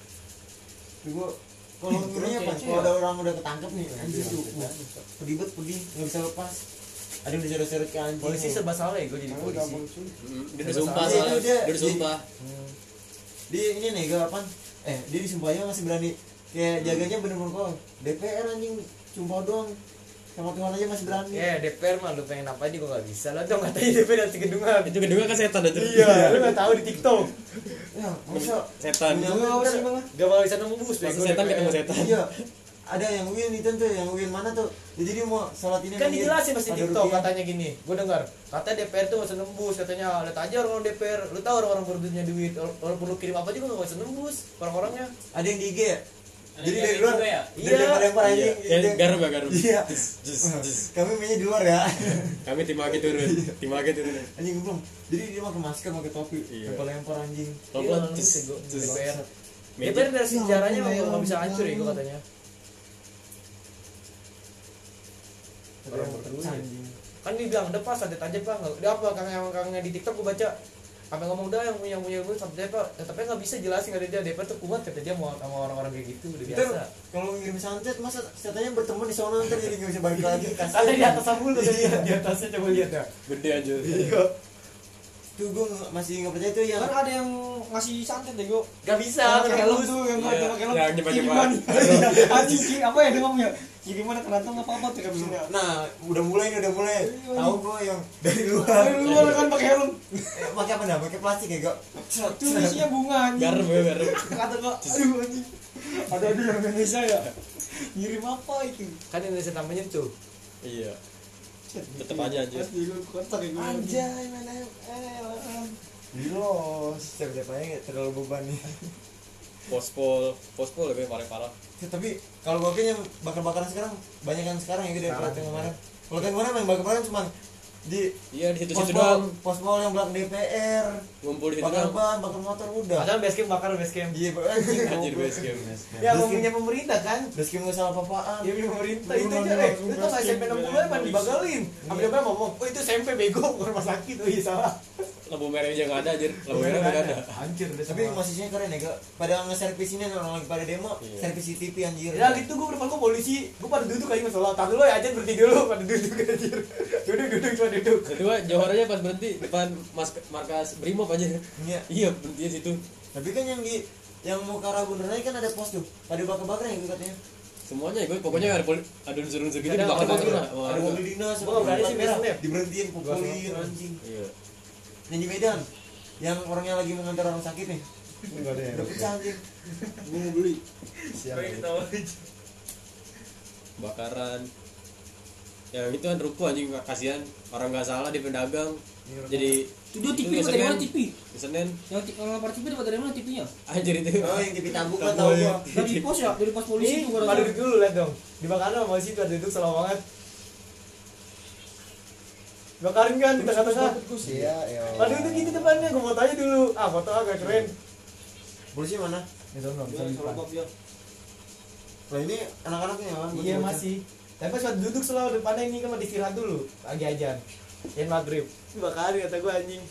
Gue kalau ngerinya apa? Kalau ada orang udah ketangkep nih, anjing tuh, wah, pedibet pedih, nggak bisa lepas. Ada yang diseret-seret ke anjing. Polisi serba salah ya gue jadi Emang polisi. gampang cuy. Hmm, dia udah sumpah Iya, soalnya dia- dia udah dia- sumpah Dia ini nih gak apa? Eh, dia disumpahnya masih berani. Kayak jaganya bener-bener kok. D P R anjing, sumpah doang. Sama Tuhan aja masih berani. Ya D P R mah lu pengen apa aja gue gak bisa. Lo tau katanya D P R dari gedungan. itu kedua kan setan aja Iya, lu gak tahu di TikTok. Ya, masa setan punya Lu lu apa sih ntar- bang? Gak bakal bisa nembus. Masa bego setan D P R. ketemu setan Iya. ada yang Win itu tuh, yang Win mana tuh? Jadi dia mau sholat ini Kan lagi, dijelasin pasti ada TikTok rupiah. katanya gini. Gue dengar, katanya D P R tuh nggak usah nembus, katanya lihat aja orang D P R. Lu tahu orang-orang berduitnya duit, walaupun lu kirim apa juga nggak usah nembus orang-orangnya. Ada yang di I G ya? Ada Jadi yang dari kayak luar, gitu ya? dari Iya. lempar-lempar Iya. anjing. Ya, Dia- garam ya garam. Iya. Jus, jus, jus. Kami mainnya di luar ya. Kami tim lagi turun, tim lagi turun. Anjing gue bilang, jadi dia pakai masker, pakai topi, Iya. lempar-lempar anjing. Iya, Pelan-pelan, nembus jus, ya gua, jus. D P R. D Magic. P R dari sejarahnya Ya, nggak ampun, bisa ya, hancur ya ampun. gue katanya. Tapi Orang yang berduit. pecah, anjing. Kan dia bilang udah pas ada aja pak, nggak dia apa kang yang kangnya di TikTok gue baca apa ngomong dah yang punya punya ilmu sampai pak, tapi nggak bisa jelasin ada dia D P R tuh kuat kata dia mau sama orang-orang kayak gitu udah Ntar biasa. kalau ngirim santet masa katanya bertemu di sana ntar jadi nggak bisa balik lagi kasihan. Ada di atas mulu tuh dia di atasnya coba lihat ya. Gede aja. Iya. Tuh gue masih nggak percaya tuh yang Kan ada yang ngasih santet deh gua. Gak bisa, Pakai helm nembus. tuh yang Iya, nggak pakai helm. yang nyebar-nyebar. Kiriman. Anjing ki- apa ya dia ngomongnya? Kiriman kena apa apa tuh kapsulnya. nah udah mulai nih udah mulai tahu gue yang dari luar Dari luar kan pakai helm. Eh, pakai apa dah pakai plastik ya gak Tuh isinya bunga anjing. Garam ya garam. Kata gua, aduh anjing. Ada di Indonesia ya. Ngirim apa itu? Kan Indonesia namanya tuh. Iya. Tetep aja anjir. Pas di lu kotak kayak gini. anjay main M L Dilos. siapa-siapa yang terlalu beban nih. Pospol, pospol lebih parah parah. Ya, tapi kalau gue kayaknya bakar-bakaran sekarang banyak yang sekarang ya gitu daripada yang kemarin. Kalau yang kemarin yang bakar-bakaran cuma di Iya di situ-situ pospol, doang. pospol yang belakang D P R, Ngumpul di situ bakar doang. ban, bakar motor udah. Padahal base camp bakar base camp. Iya, anjing. Anjir goblok. base camp. Ya ngomongnya pemerintah kan. Basecamp nggak salah apa-apaan. Ya pemerintah Lu itu bilang aja dia eh langsung itu nggak S M P enam puluh emang dibagalin. Ambil apa ngomong, oh itu S M P bego bukan rumah sakit. Oh iya salah. Lampu merah aja nggak ada anjir. Lampu merah nggak ada. Hancur udah Tapi semua. masihnya keren ya, Kak. Pada nge-servis ini orang lagi pada demo, Iya. servis C C T V anjir. Ya gitu gue depan gue polisi, gue pada duduk kayak masalah. Tahan dulu ya aja berhenti dulu pada duduk anjir. Duduk duduk cuma duduk. Itu gua Johor aja pas berhenti depan mas markas Brimob aja. Iya. Iya berhenti di situ. Tapi kan yang di yang mau ke arah Bundaran kan ada pos tuh. Pada bakar-bakar ya katanya. Semuanya gue pokoknya ada poli, ada unsur-unsur gitu Ada- dibakar ada bakar. mobil. Ada mobil dinas, Gua nggak berani sih merah, biasanya. diberhentiin pukulin anjing. Iya. Yang di Medan, yang orangnya lagi mengantar orang sakit nih, Enggak ada yang udah pecah anjing. Gua mau beli. siang. Bakaran. Ya itu kan ruko anjing kasihan orang nggak salah di pedagang. Jadi Itu dia T V itu dapat dari mana Senin. T V? Di Senin Yang T- yang lapar T V dapat dari mana T V-nya? anjir itu. Oh yang di tabungan Tabungan. tau gua. Dari pos ya, dari pos polisi Ini itu gua pada rasa. duduk dulu lihat dong. Dibakarin sama polisi pada duduk selalu banget. Bakarin kan di tengah-tengah. Iya, ya. Pada duduk gitu depannya, gue foto aja dulu. Ah foto agak keren. Polisi mana? Di sono, bisa di depan. Lah ini anak-anaknya kan? Iya masih. Tapi pas waktu duduk selalu depannya ini kan mau istirahat dulu. Lagi ajan. Yang maghrib. Bakarin kata gue anjing.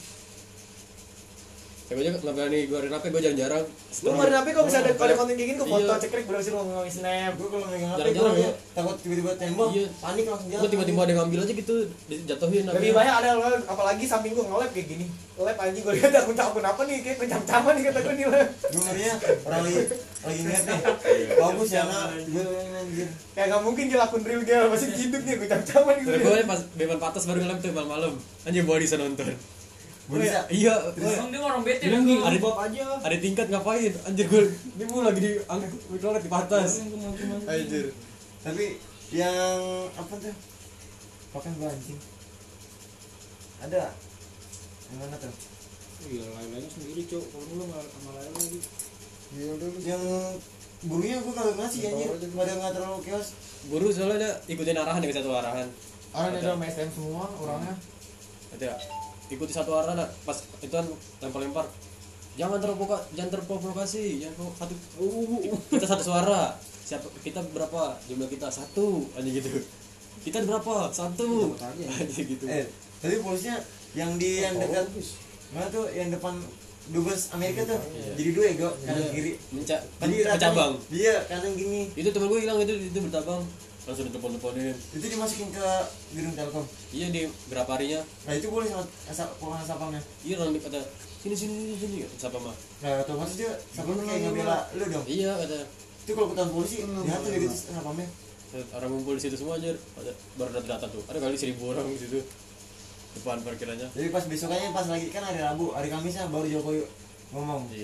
Saya aja nggak berani gue H P gue jarang-jarang. Lu kemarin apa kalau bisa ada kalau ada konten kayak gini gue foto Iya. cekrek berhasil ngomong snap. Gue kalau megang H P Jarang-jarang gue ya. takut tiba-tiba tembak, Iya. panik langsung jalan. Gue tiba-tiba ada yang ngambil aja gitu dijatuhin. Lebih banyak ada nge-lab, apalagi samping gue nge-lab kayak gini. Nge-lab anjing gue lihat akun akun apa nih kayak kencang-cangan nih kata gue nih lab. Gue ngerinya orang lagi lagi ngeliat nih. Bagus ya nak. Gue anjir. Kayak nggak mungkin dia akun real dia masih hidup nih kencang-cangan nih Terus gue. gue pas beban patas baru ngelem tuh malam-malam. Anjir bawa bisa nonton. Gue bisa. Iya, Emang dia orang bete Bilang dah gitu, gua. ada Bab aja. ada tingkat ngapain? Anjir gue ini mau lagi di angkut mikrolet di patas. Anjir. Tapi yang apa tuh? Pakai gue anjing. Ada. Yang mana tuh? Iya, lain-lainnya sendiri, Cok. Kalau lu nggak sama lain lagi. Iya udah lu. Yang gurunya gue kagak ngasih anjir. Pada nggak terlalu chaos. Guru soalnya ikutin arahan dengan satu arahan. Orang ada dalam S M semua orangnya. Itu ya. Ikuti satu arahan lah. Pas itu kan lempar-lempar. Jangan terprovoka, jangan terprovokasi, jangan provo- satu kita satu suara. Siapa kita berapa? Jumlah kita satu aja gitu. Kita berapa? Satu. Aja gitu. Eh, tapi polisinya yang di yang dekat mana tuh yang depan dubes Amerika tuh jadi dua ya gue kanan kiri. Menca Tadi bercabang. Iya kanan gini. Itu temen gue hilang itu itu bertabang. Langsung ditelepon-teleponin. Itu dimasukin ke gedung Telkom. Iya di berapa harinya? Nah itu boleh sama asal pulang sapamnya. Iya orang kata sini sini sini sini siapa mah? Nah otomatis dia sapamnya kayak ngebela lu dong. Iya kata Itu kalau ketahuan polisi dihantar gitu sapamnya. orang ngumpul di situ semua aja ada baru data-data tuh ada kali seribu orang di situ depan parkirannya. Jadi pas besokannya pas lagi kan hari Rabu, hari Kamisnya baru Jokowi ngomong. Iya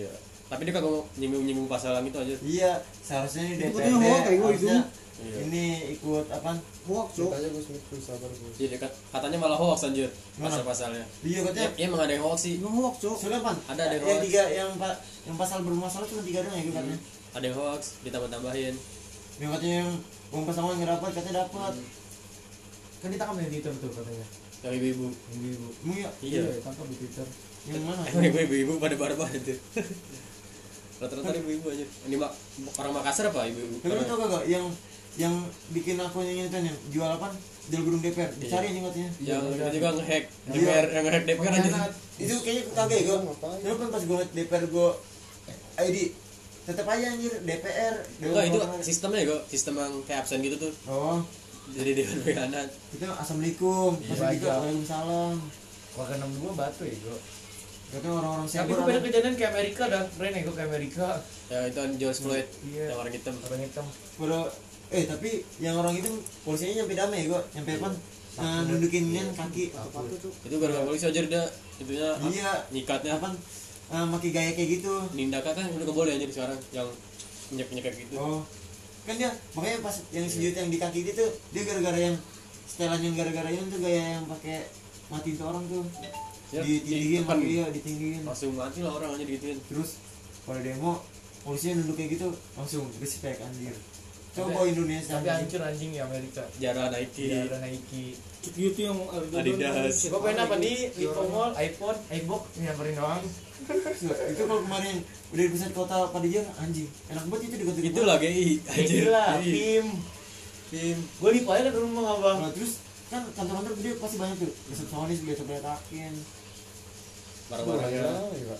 tapi dia kagak nyinggung-nyinggung pasal yang itu aja. Iya, seharusnya ini D P R Bukannya hoax kayak gua itu. harusnya Iya. ini ikut apa? Hoax, Cok. Makanya gue sempat sabar gue. Jadi kat- katanya malah hoax anjir Mana? pasal-pasalnya. Iya Ya, katanya. ya emang ada yang hoax sih. Emang hoax, Cok. Soalnya pan Ada, ada yang yang hoax. tiga yang pa- yang pasal bermasalah cuma tiga doang ya gitu katanya. Ada yang hoax ditambah-tambahin. Yang katanya yang uang pasangan nggak dapat katanya dapat. Kan ditangkap di Twitter tuh katanya. Yang ibu-ibu. Ibu-ibu. Emang ya? Iya. Tangkap di Twitter. Yang mana? Emang ibu- ibu-ibu pada barbar itu. Rata-rata ibu-ibu aja. Ini mak orang Makassar apa ibu-ibu? Tapi lu Orang- tau gak yang yang bikin akunnya ini tuh yang jual apa? Jual gedung D P R. Dicari nih katanya. yang itu juga ngehack Iya. D P R, yang ngehack D P R aja. Pengkhianat. Itu kayaknya kagak ya gue. Ngapain? Lalu kan pas gue ngeliat D P R gue I D tetap aja anjir D P R. Enggak, itu sistemnya ya, kok. Sistem yang kayak absen gitu tuh. Oh, Jadi dewan pengkhianat. itu assalamualaikum. Pas Iya, juga aja. waalaikumsalam. Warga enam dua batu ya gue. Katanya orang-orang Tapi cyber. gue beda kejadian kayak Amerika dah. Keren ya gue ke Amerika. Ya itu kan George Floyd Iya. yang orang hitam. Orang hitam. Pada eh tapi yang orang itu polisinya nyampe damai ya gue. Nyampe apa? Nah, nundukin kan kaki. Itu gara-gara polisi aja dia itunya Iya. nyikatnya Apa? Uh, pakai gaya kayak gitu. nindakan kan udah nggak boleh anjir sekarang yang nyek-nyek kayak gitu. Oh, kan dia makanya pas yang sujud yang di kaki itu dia gara-gara yang setelan yang gara-gara yang tuh gaya yang pakai matiin tuh orang tuh Ya, ditindihin ditekan. pakai dia ditindihin Langsung mati lah orang aja digituin. terus pada demo polisinya nunduk kayak gitu langsung respect anjir coba Tapi- Indonesia Tapi anjir. hancur anjing ya Amerika. Jara Nike. Iya, ada Nike. Gitu yang Adidas. Gue pengen apa nih? Info Mall, iPhone, iBook nyamperin doang. itu kalau kemarin udah di pusat kota pada dia anjing enak banget itu di kota Itu lah G I anjir. Gila, G I. Pim. Tim. Gue lipat aja ke rumah abang. nah, terus kan kantor-kantor gede pasti banyak tuh resepsionis biasa beletakin Barang-barangnya. Iya.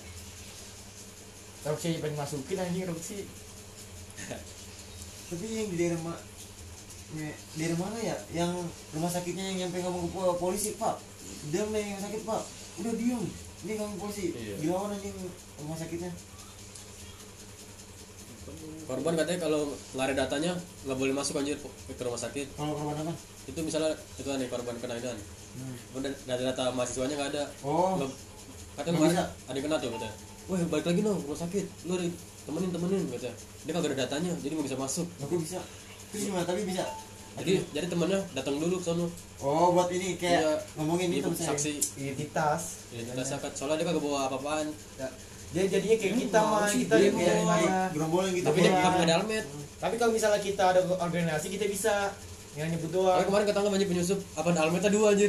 Roxy pengen masukin anjing Roxy. tapi yang di daerah ma me- daerah mana ya yang rumah sakitnya yang nyampe ngomong ke po- polisi pak dia yang sakit pak udah diem ini ngomong polisi Iya. dilawan anjing rumah sakitnya Korban katanya kalau nggak ada datanya nggak boleh masuk anjir ke rumah sakit. kalau korban apa Itu misalnya itu kan nih korban kena itu kan. hmm. Udah data-data mahasiswanya nggak ada. oh Nggak- katanya Nggak kemarin bisa. ada yang kena tuh katanya. Wah balik lagi dong rumah sakit. Lu ada temenin temenin katanya. Dia kagak ada datanya jadi nggak bisa masuk. aku bisa terus gimana tapi bisa Jadi jadi temennya datang dulu ke sono. oh buat ini kayak Iya. ngomongin Iya, itu misalnya saksi. Identitas. Identitas zakat. Soalnya dia kagak bawa apa-apaan. Dia jadinya kayak kita mah, kita dia yang kayak dari mana. gerombolan gitu Tapi dia Iya. kagak ada almet. Tapi kalau misalnya kita ada organisasi kita bisa yang nyebut doang. Soalnya kemarin kata banyak penyusup apa ada almetnya dua anjir.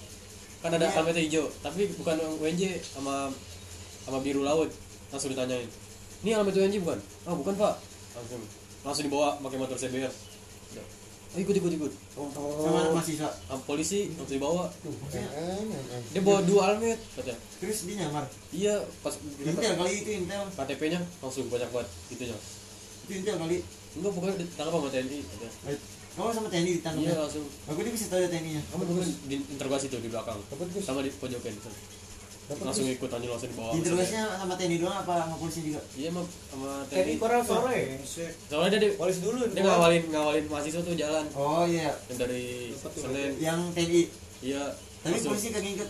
Kan ada Iya. almetnya hijau, tapi bukan yang U N J sama sama biru laut. Langsung ditanyain. Ini almet U N J bukan? Ah, bukan, Pak. Langsung langsung dibawa pakai motor C B R. Udah. Oh, ikut ikut ikut. sama anak mahasiswa Sama polisi langsung dibawa. Maksudnya, Dia bawa dua almet katanya. terus dia nyamar Iya, pas intel kali itu intel K T P-nya langsung banyak banget itunya. itu intel kali Enggak, pokoknya ditangkap sama T N I katanya. oh sama T N I ditangkap Iya, ya? langsung. aku dia bisa tahu ya T N I nya Kamu mungkin diinterogasi tuh di belakang. Dapat Gus. Sama di pojokan itu. Dapat Langsung ikut aja langsung dibawa. interogasinya sama T N I doang apa sama polisi juga Iya, sama sama T N I. Tadi koran sore. Soalnya dia, di- Polisi dulu. dia ngawalin ngawalin mahasiswa tuh jalan oh iya yang dari Senen. yang T N I Iya. tapi langsung. polisi kagak ngikut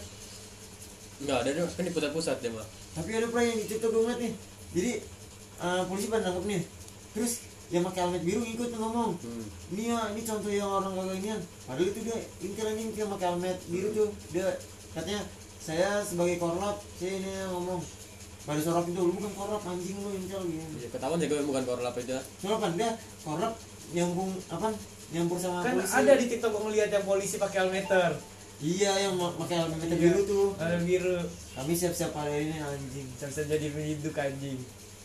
Enggak ada dia kan di pusat-pusat dia mah. tapi ada pernah yang di TikTok gue ngeliat nih jadi eh, polisi pada nangkep nih terus yang pakai helmet biru ngikut tuh ngomong Hmm. ini ya ini contoh yang orang kagak inian padahal itu dia intel anjing dia pakai helmet biru tuh dia katanya saya sebagai korlap saya ini ngomong pada sorok itu lu bukan korlap anjing lu intel gitu Iya, ketahuan sih gue bukan korlap itu. soalnya kan dia korlap nyambung apa nyampur sama Kan polisi ada di TikTok gue ngeliat yang polisi pakai helmeter. iya yang ma- pakai helmet Iya. biru tuh Helmet biru. kami siap-siap pada ini anjing Bisa jadi hidup anjing.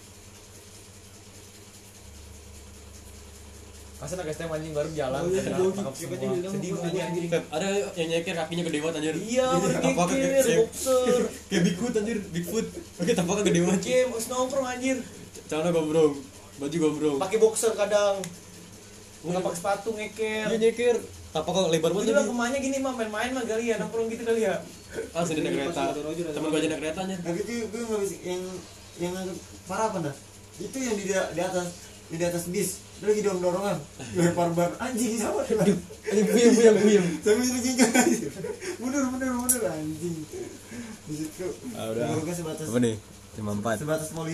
Masa nak S T M anjing baru jalan. Oh, iya, Nah, jogging. tangkap Siapa semua. aja bilang, Sedih "Gua banget anjing." anjing. Ada yang nyeker kakinya gede banget anjir. Iya, Tampaknya bergigir, kayak- boxer. Kayak Bigfoot anjir, Bigfoot. Oke, tampaknya gede banget. Game, harus nongkrong anjir. Celana gombrong, baju gombrong. Pakai boxer kadang. Nggak pakai sepatu ngeker. Dia nyeker. Tampaknya lebar Gue banget. juga tapi- kemana gini mah main-main mah kali ya, nongkrong gitu kali ya. Langsung dia naik kereta. Temen gue aja naik kereta anjir. tapi itu gue nggak bisa yang yang parah apa dah itu yang di, di atas di atas bis dia lagi dorong dorongan lempar ban anjing sama Anjing puyeng puyeng puyeng. sambil jengkel mundur mundur mundur anjing di situ Ah, udah. Dorongnya sebatas nih? lima puluh empat. sebatas polisi